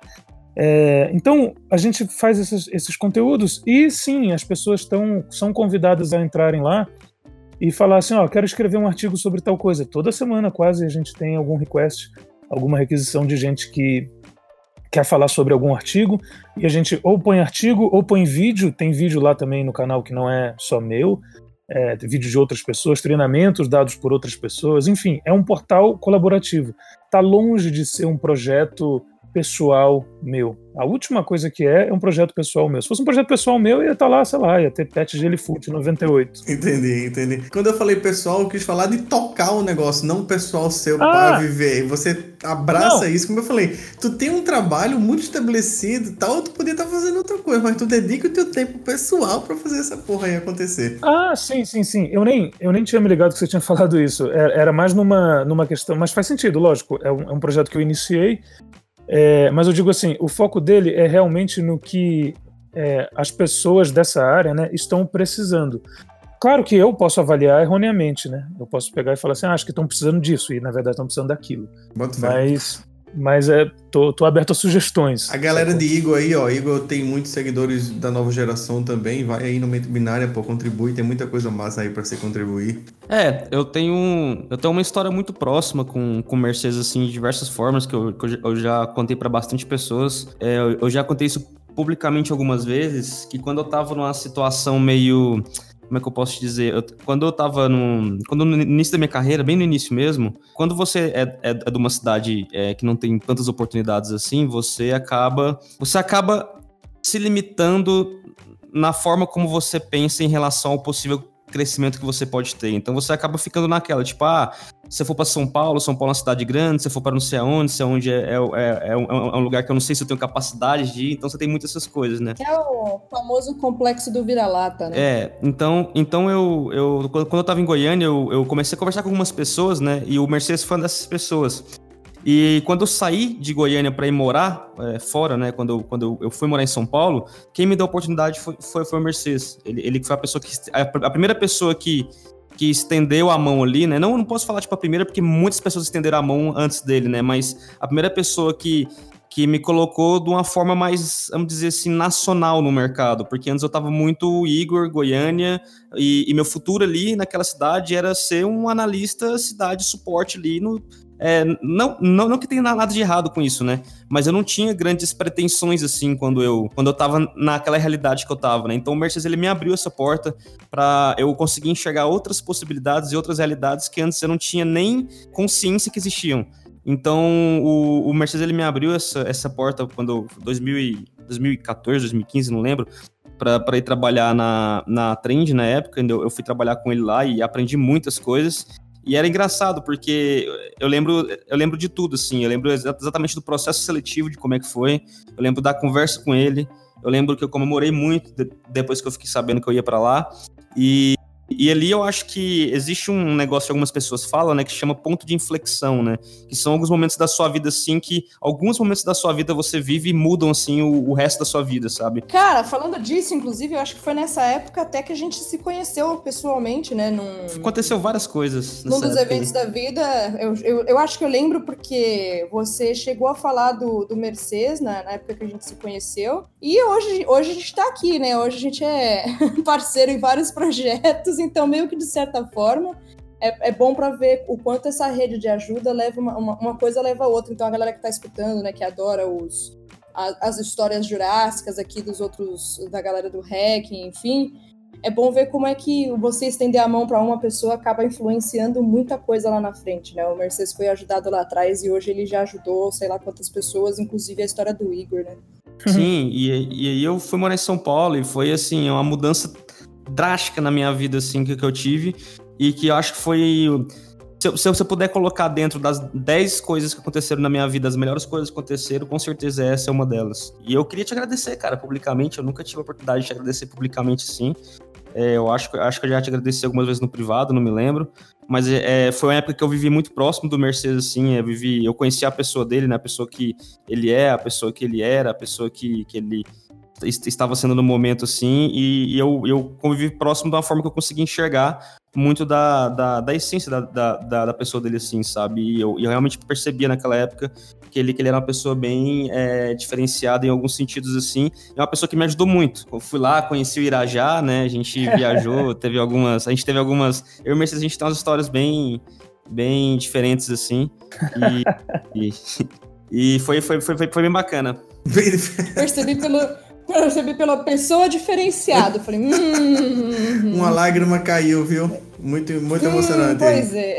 Então, a gente faz esses conteúdos e, sim, as pessoas são convidadas a entrarem lá e falar assim, quero escrever um artigo sobre tal coisa. Toda semana, quase, a gente tem algum request, alguma requisição de gente que quer falar sobre algum artigo, e a gente ou põe artigo ou põe vídeo. Tem vídeo lá também no canal que não é só meu, tem vídeo de outras pessoas, treinamentos dados por outras pessoas, enfim, é um portal colaborativo. Está longe de ser um projeto pessoal meu. A última coisa que é um projeto pessoal meu. Se fosse um projeto pessoal meu, ia estar lá, sei lá, ia ter Pet Gelifute 98. Entendi. Quando eu falei pessoal, eu quis falar de tocar o negócio, não pessoal seu para viver. Você abraça isso, como eu falei. Tu tem um trabalho muito estabelecido e tal, tu podia estar fazendo outra coisa, mas tu dedica o teu tempo pessoal para fazer essa porra aí acontecer. Sim. Eu nem tinha me ligado que você tinha falado isso. Era mais numa questão, mas faz sentido, lógico. É um projeto que eu iniciei. Mas eu digo assim, o foco dele é realmente no que as pessoas dessa área, né, estão precisando. Claro que eu posso avaliar erroneamente, né? Eu posso pegar e falar assim, acho que estão precisando disso, e na verdade estão precisando daquilo. Mas tô aberto a sugestões. A galera de Igor aí, Igor tem muitos seguidores da nova geração também, vai aí no Mente Binária, contribui, tem muita coisa massa aí pra você contribuir. Eu tenho uma história muito próxima com Mercedes, assim, de diversas formas, que eu já contei pra bastante pessoas. Eu já contei isso publicamente algumas vezes, que quando eu tava numa situação meio... Como é que eu posso te dizer? Quando eu tava no início da minha carreira, bem no início mesmo, quando você é de uma cidade que não tem tantas oportunidades assim, você acaba se limitando na forma como você pensa em relação ao possível crescimento que você pode ter. Então você acaba ficando naquela, tipo, se eu for pra São Paulo é uma cidade grande, se eu for para não sei aonde é um lugar que eu não sei se eu tenho capacidade de ir, então você tem muitas essas coisas, né? Que é o famoso complexo do vira-lata, né? Então quando eu tava em Goiânia, eu comecei a conversar com algumas pessoas, né? E o Mercedes foi uma dessas pessoas. E quando eu saí de Goiânia para ir morar fora, né? Quando eu fui morar em São Paulo, quem me deu a oportunidade foi o Mercedes. Ele foi a primeira pessoa que estendeu a mão ali, né? Não posso falar, tipo, a primeira, porque muitas pessoas estenderam a mão antes dele, né? Mas a primeira pessoa que me colocou de uma forma mais, vamos dizer assim, nacional no mercado. Porque antes eu tava muito Igor, Goiânia, e meu futuro ali naquela cidade era ser um analista cidade suporte ali no... não que tenha nada de errado com isso, né? Mas eu não tinha grandes pretensões, assim, quando eu tava naquela realidade que eu tava, né? Então o Mercedes, ele me abriu essa porta para eu conseguir enxergar outras possibilidades e outras realidades que antes eu não tinha nem consciência que existiam. Então o Mercedes, ele me abriu essa porta quando 2014, 2015, não lembro, para ir trabalhar na Trend na época. Eu fui trabalhar com ele lá e aprendi muitas coisas. E era engraçado, porque eu lembro de tudo, assim. Eu lembro exatamente do processo seletivo, de como é que foi. Eu lembro da conversa com ele. Eu lembro que eu comemorei muito depois que eu fiquei sabendo que eu ia pra lá. E ali eu acho que existe um negócio que algumas pessoas falam, né, que chama ponto de inflexão, né, que são alguns momentos da sua vida, assim, que alguns momentos da sua vida você vive e mudam, assim, o resto da sua vida, sabe? Cara, falando disso, inclusive, eu acho que foi nessa época até que a gente se conheceu pessoalmente, né, Aconteceu várias coisas num dos eventos da vida. Eu acho que eu lembro porque você chegou a falar do Mercedes na época que a gente se conheceu, e hoje a gente tá aqui, né, hoje a gente é parceiro em vários projetos. Então, meio que de certa forma, é bom para ver o quanto essa rede de ajuda leva uma coisa leva a outra. Então, a galera que tá escutando, né, que adora as histórias jurássicas aqui dos outros, da galera do hacking, enfim, é bom ver como é que você estender a mão para uma pessoa acaba influenciando muita coisa lá na frente, né? O Mercedes foi ajudado lá atrás e hoje ele já ajudou sei lá quantas pessoas, inclusive a história do Igor, né? Sim, e aí eu fui morar em São Paulo e foi, assim, uma mudança drástica na minha vida, assim, que eu tive, e que eu acho que foi... Se eu puder colocar dentro das 10 coisas que aconteceram na minha vida, as melhores coisas que aconteceram, com certeza essa é uma delas. E eu queria te agradecer, cara, publicamente. Eu nunca tive a oportunidade de te agradecer publicamente, assim. Eu acho que eu já te agradeci algumas vezes no privado, não me lembro. Mas foi uma época que eu vivi muito próximo do Mercedes, assim. Eu conheci a pessoa dele, né? A pessoa que ele é, a pessoa que ele era, a pessoa que ele estava sendo no momento, assim, e eu convivi próximo de uma forma que eu consegui enxergar muito da essência da pessoa dele, assim, sabe? E eu realmente percebia naquela época que ele era uma pessoa bem diferenciada em alguns sentidos, assim. É uma pessoa que me ajudou muito. Eu fui lá, conheci o Irajá, né? A gente viajou, teve algumas... Eu e o Mercedes, a gente tem umas histórias bem diferentes, assim. E foi bem bacana. Percebi pela pessoa diferenciada. Falei, Uma lágrima caiu, viu? Muito emocionante. Pois é.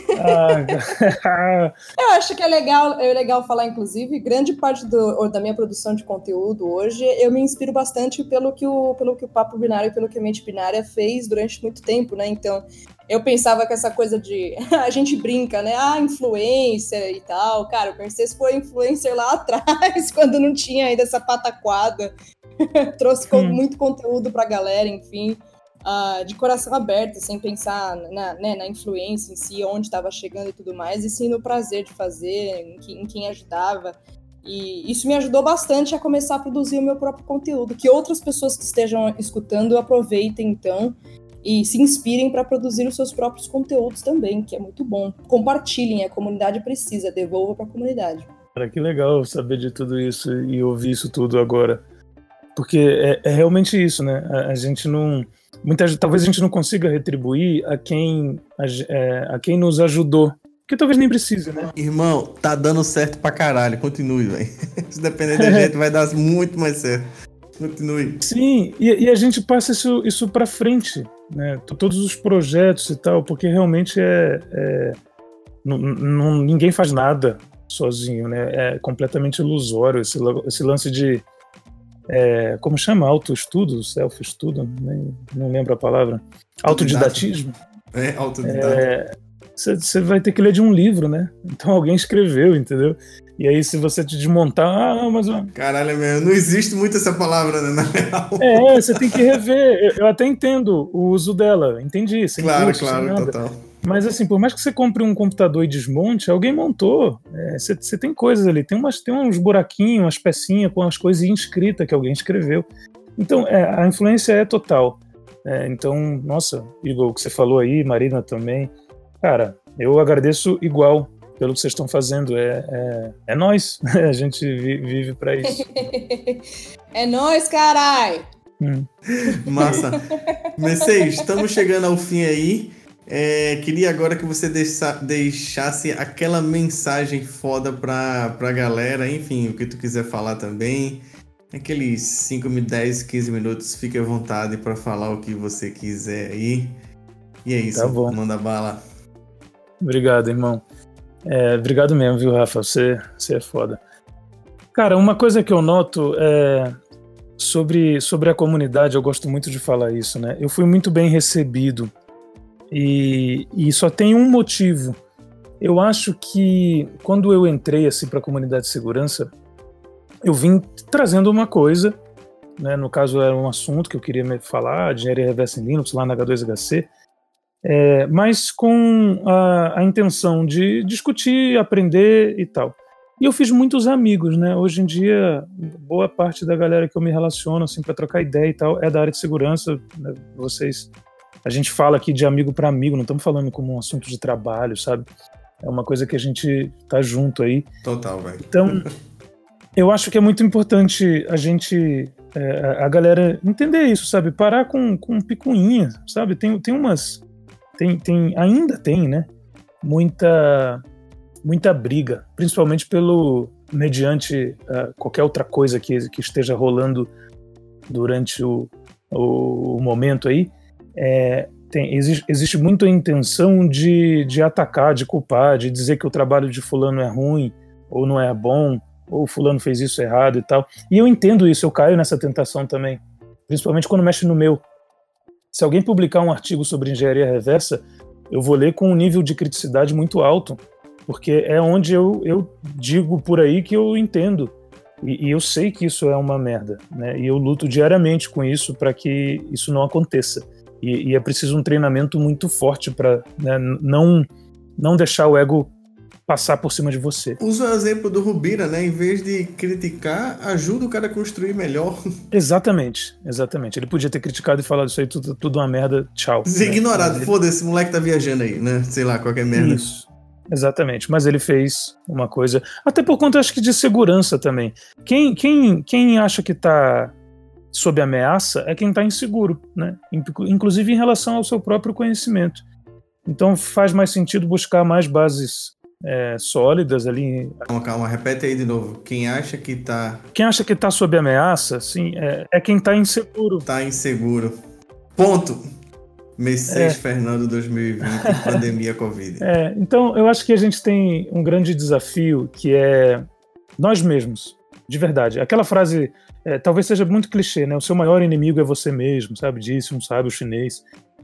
Eu acho que é legal falar, inclusive, grande parte da minha produção de conteúdo hoje, eu me inspiro bastante pelo que o Papo Binário e pelo que a Mente Binária fez durante muito tempo, né? Então, eu pensava que essa coisa de... A gente brinca, né? Influencer e tal. Cara, o Mercedes foi influencer lá atrás, quando não tinha ainda essa pataquada. Trouxe muito conteúdo pra galera, enfim. De coração aberto, sem pensar na influência em si, onde estava chegando e tudo mais, e sim no prazer de fazer, em quem ajudava. E isso me ajudou bastante a começar a produzir o meu próprio conteúdo. Que outras pessoas que estejam escutando aproveitem, então, e se inspirem para produzir os seus próprios conteúdos também, que é muito bom. Compartilhem, a comunidade precisa, devolva para a comunidade. Cara, que legal saber de tudo isso e ouvir isso tudo agora. Porque é realmente isso, né? A gente não... talvez a gente não consiga retribuir a quem nos ajudou. Porque talvez nem precise, né? Irmão, tá dando certo pra caralho. Continue, velho. Se depender da gente, vai dar muito mais certo. Continue. Sim, e a gente passa isso pra frente, né? Todos os projetos e tal, porque realmente ninguém faz nada sozinho, né? É completamente ilusório esse lance de como chama? Autoestudo, self-estudo, não lembro a palavra. Autodidatismo. Autodidata. Você vai ter que ler de um livro, né? Então alguém escreveu, entendeu? E aí se você te desmontar, mas... Caralho, meu, não existe muito essa palavra, né, na real. Você tem que rever. Eu até entendo o uso dela, entendi. Claro, total. Mas assim, por mais que você compre um computador e desmonte, alguém montou. Você tem coisas ali, tem uns buraquinhos, umas pecinhas com as coisas inscritas que alguém escreveu. Então, a influência é total. Então, nossa, Igor, o que você falou aí, Marina também, cara, eu agradeço igual pelo que vocês estão fazendo. É nós, a gente vive pra isso. É nóis, carai! Massa. Messias, estamos chegando ao fim aí. Queria agora que você deixasse aquela mensagem foda pra galera, enfim, o que tu quiser falar também. Aqueles 5, 10, 15 minutos, fique à vontade para falar o que você quiser aí. E é isso, tá bom. Manda bala. Obrigado, irmão. Obrigado mesmo, viu, Rafa? Você é foda. Cara, uma coisa que eu noto sobre a comunidade, eu gosto muito de falar isso, né? Eu fui muito bem recebido e só tem um motivo. Eu acho que quando eu entrei assim, para a comunidade de segurança, eu vim trazendo uma coisa, né? No caso era um assunto que eu queria falar, de engenharia reversa em Linux, lá na H2HC, mas com a intenção de discutir, aprender e tal. E eu fiz muitos amigos, né? Hoje em dia, boa parte da galera que eu me relaciono assim, para trocar ideia e tal é da área de segurança, né? A gente fala aqui de amigo para amigo, não estamos falando como um assunto de trabalho, sabe? É uma coisa que a gente tá junto aí. Total, velho. Então, eu acho que é muito importante a galera entender isso, sabe? Parar com picuinha, sabe? Ainda tem, né? Muita briga, principalmente mediante qualquer outra coisa que esteja rolando durante o momento aí. Existe muita intenção de atacar, de culpar, de dizer que o trabalho de fulano é ruim ou não é bom, ou fulano fez isso errado e tal. E eu entendo isso, eu caio nessa tentação também, principalmente quando mexe no meu. Se alguém publicar um artigo sobre engenharia reversa, eu vou ler com um nível de criticidade muito alto, porque é onde eu digo por aí que eu entendo. E eu sei que isso é uma merda, né? E eu luto diariamente com isso para que isso não aconteça. E é preciso um treinamento muito forte para, né, não deixar o ego passar por cima de você. Usa o exemplo do Rubira, né? Em vez de criticar, ajuda o cara a construir melhor. Exatamente. Ele podia ter criticado e falado isso aí tudo uma merda, tchau. Ignorado, foda-se, esse moleque tá viajando aí, né? Sei lá, qualquer merda. Isso. Exatamente, mas ele fez uma coisa, até por conta, acho que de segurança também. Quem acha que tá sob ameaça é quem tá inseguro, né? Inclusive em relação ao seu próprio conhecimento. Então faz mais sentido buscar mais bases sólidas ali. Calma, repete aí de novo. Quem acha que tá sob ameaça, sim, é quem tá inseguro. Tá inseguro. Ponto. Messias Fernando 2020, pandemia Covid. Então, eu acho que a gente tem um grande desafio, que é nós mesmos, de verdade. Aquela frase, talvez seja muito clichê, né? O seu maior inimigo é você mesmo, sabe? Disse um sábio chinês.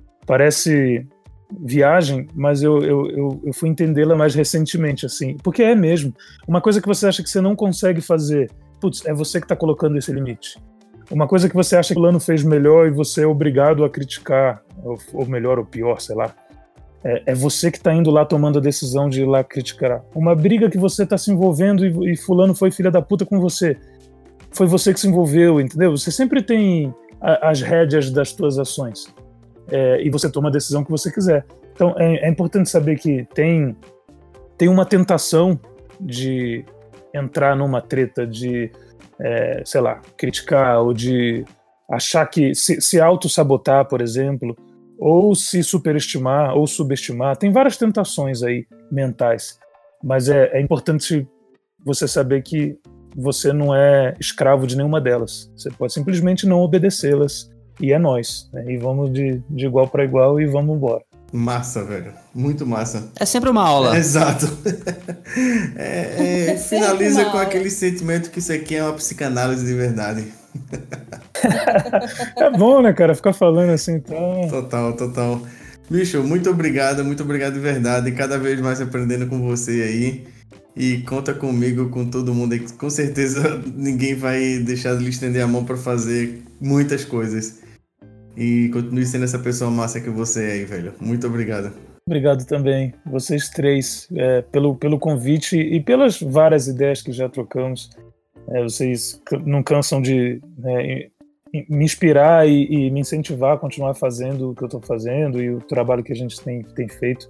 Parece viagem, mas eu fui entendê-la mais recentemente, assim. Porque é mesmo. Uma coisa que você acha que você não consegue fazer, putz, é você que está colocando esse limite. Uma coisa que você acha que o fulano fez melhor e você é obrigado a criticar, ou melhor ou pior, sei lá, é você que está indo lá tomando a decisão de ir lá criticar. Uma briga que você está se envolvendo e fulano foi filha da puta com você. Foi você que se envolveu, entendeu? Você sempre tem as rédeas das suas ações. E você toma a decisão que você quiser. Então é importante saber que tem uma tentação de entrar numa treta de sei lá, criticar ou de achar que se auto-sabotar, por exemplo, ou se superestimar ou subestimar. Tem várias tentações aí mentais, mas é importante você saber que você não é escravo de nenhuma delas. Você pode simplesmente não obedecê-las e é nós, né? E vamos de igual para igual e vamos embora. Massa, velho. Muito massa. É sempre uma aula. Exato. Finaliza com aquele sentimento que isso aqui é uma psicanálise de verdade. É bom, né, cara? Ficar falando assim, então... Total. Bicho, muito obrigado de verdade. Cada vez mais aprendendo com você aí. E conta comigo, com todo mundo aí. Com certeza ninguém vai deixar de lhe estender a mão para fazer muitas coisas. E continue sendo essa pessoa massa que você é aí, velho. Muito obrigado. Obrigado também, vocês três, pelo convite e pelas várias ideias que já trocamos. Vocês não cansam de me inspirar e me incentivar a continuar fazendo o que eu estou fazendo e o trabalho que a gente tem feito.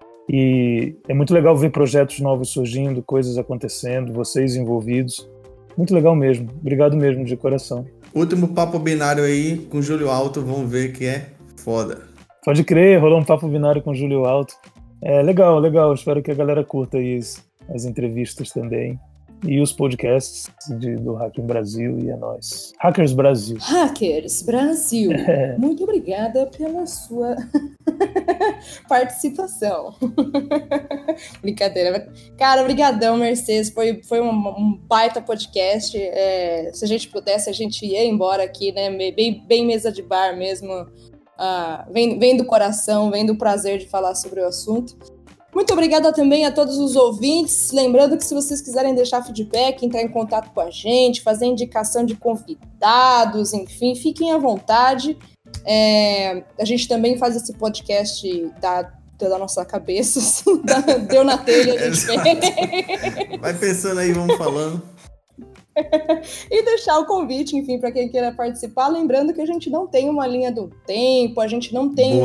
E é muito legal ver projetos novos surgindo, coisas acontecendo, vocês envolvidos. Muito legal mesmo. Obrigado mesmo, de coração. Último papo binário aí com Júlio Alto, vamos ver que é foda. Pode crer, rolou um papo binário com o Júlio Alto. Legal. Espero que a galera curta aí as entrevistas também. E os podcasts do Hacking Brasil, e é nóis. Hackers Brasil. Hackers Brasil, muito obrigada pela sua participação. Brincadeira. Cara, brigadão, Mercedes. Foi um baita podcast. Se a gente pudesse, a gente ia embora aqui, né? Bem mesa de bar mesmo. Vem do coração, vem do prazer de falar sobre o assunto. Muito obrigada também a todos os ouvintes. Lembrando que se vocês quiserem deixar feedback, entrar em contato com a gente, fazer indicação de convidados, enfim, fiquem à vontade. A gente também faz esse podcast da nossa cabeça, assim, deu na telha, a gente fez. Vai pensando aí, vamos falando. E deixar o convite, enfim, para quem queira participar. Lembrando que a gente não tem uma linha do tempo, a gente não tem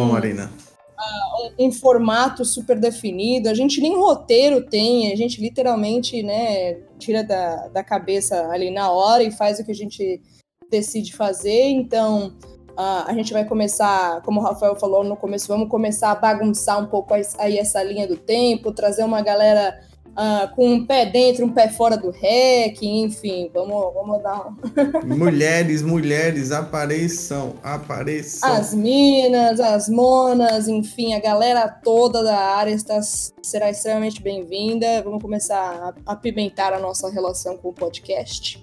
um formato super definido, a gente nem roteiro tem, a gente literalmente, né, tira da cabeça ali na hora e faz o que a gente decide fazer. Então a gente vai começar, como o Rafael falou no começo, vamos começar a bagunçar um pouco aí essa linha do tempo, trazer uma galera com um pé dentro, um pé fora do REC, enfim, vamos dar... Mulheres, apareçam. As minas, as monas, enfim, a galera toda da área será extremamente bem-vinda. Vamos começar a apimentar a nossa relação com o podcast.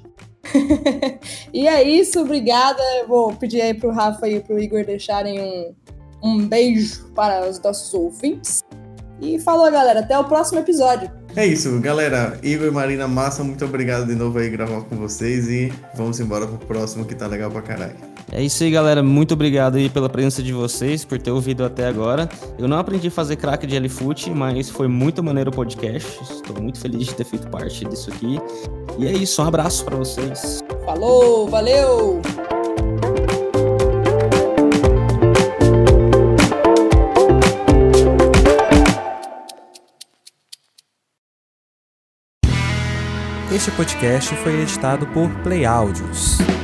E é isso, obrigada. Eu vou pedir aí pro Rafa e pro Igor deixarem um beijo para os nossos ouvintes. E falou, galera, até o próximo episódio. É isso, galera. Igor e Marina Massa, muito obrigado de novo aí gravar com vocês e vamos embora pro próximo que tá legal pra caralho. É isso aí, galera. Muito obrigado aí pela presença de vocês, por ter ouvido até agora. Eu não aprendi a fazer crack de L-Foot, mas foi muito maneiro o podcast. Estou muito feliz de ter feito parte disso aqui. E é isso, um abraço pra vocês. Falou, valeu! Este podcast foi editado por Play Áudios.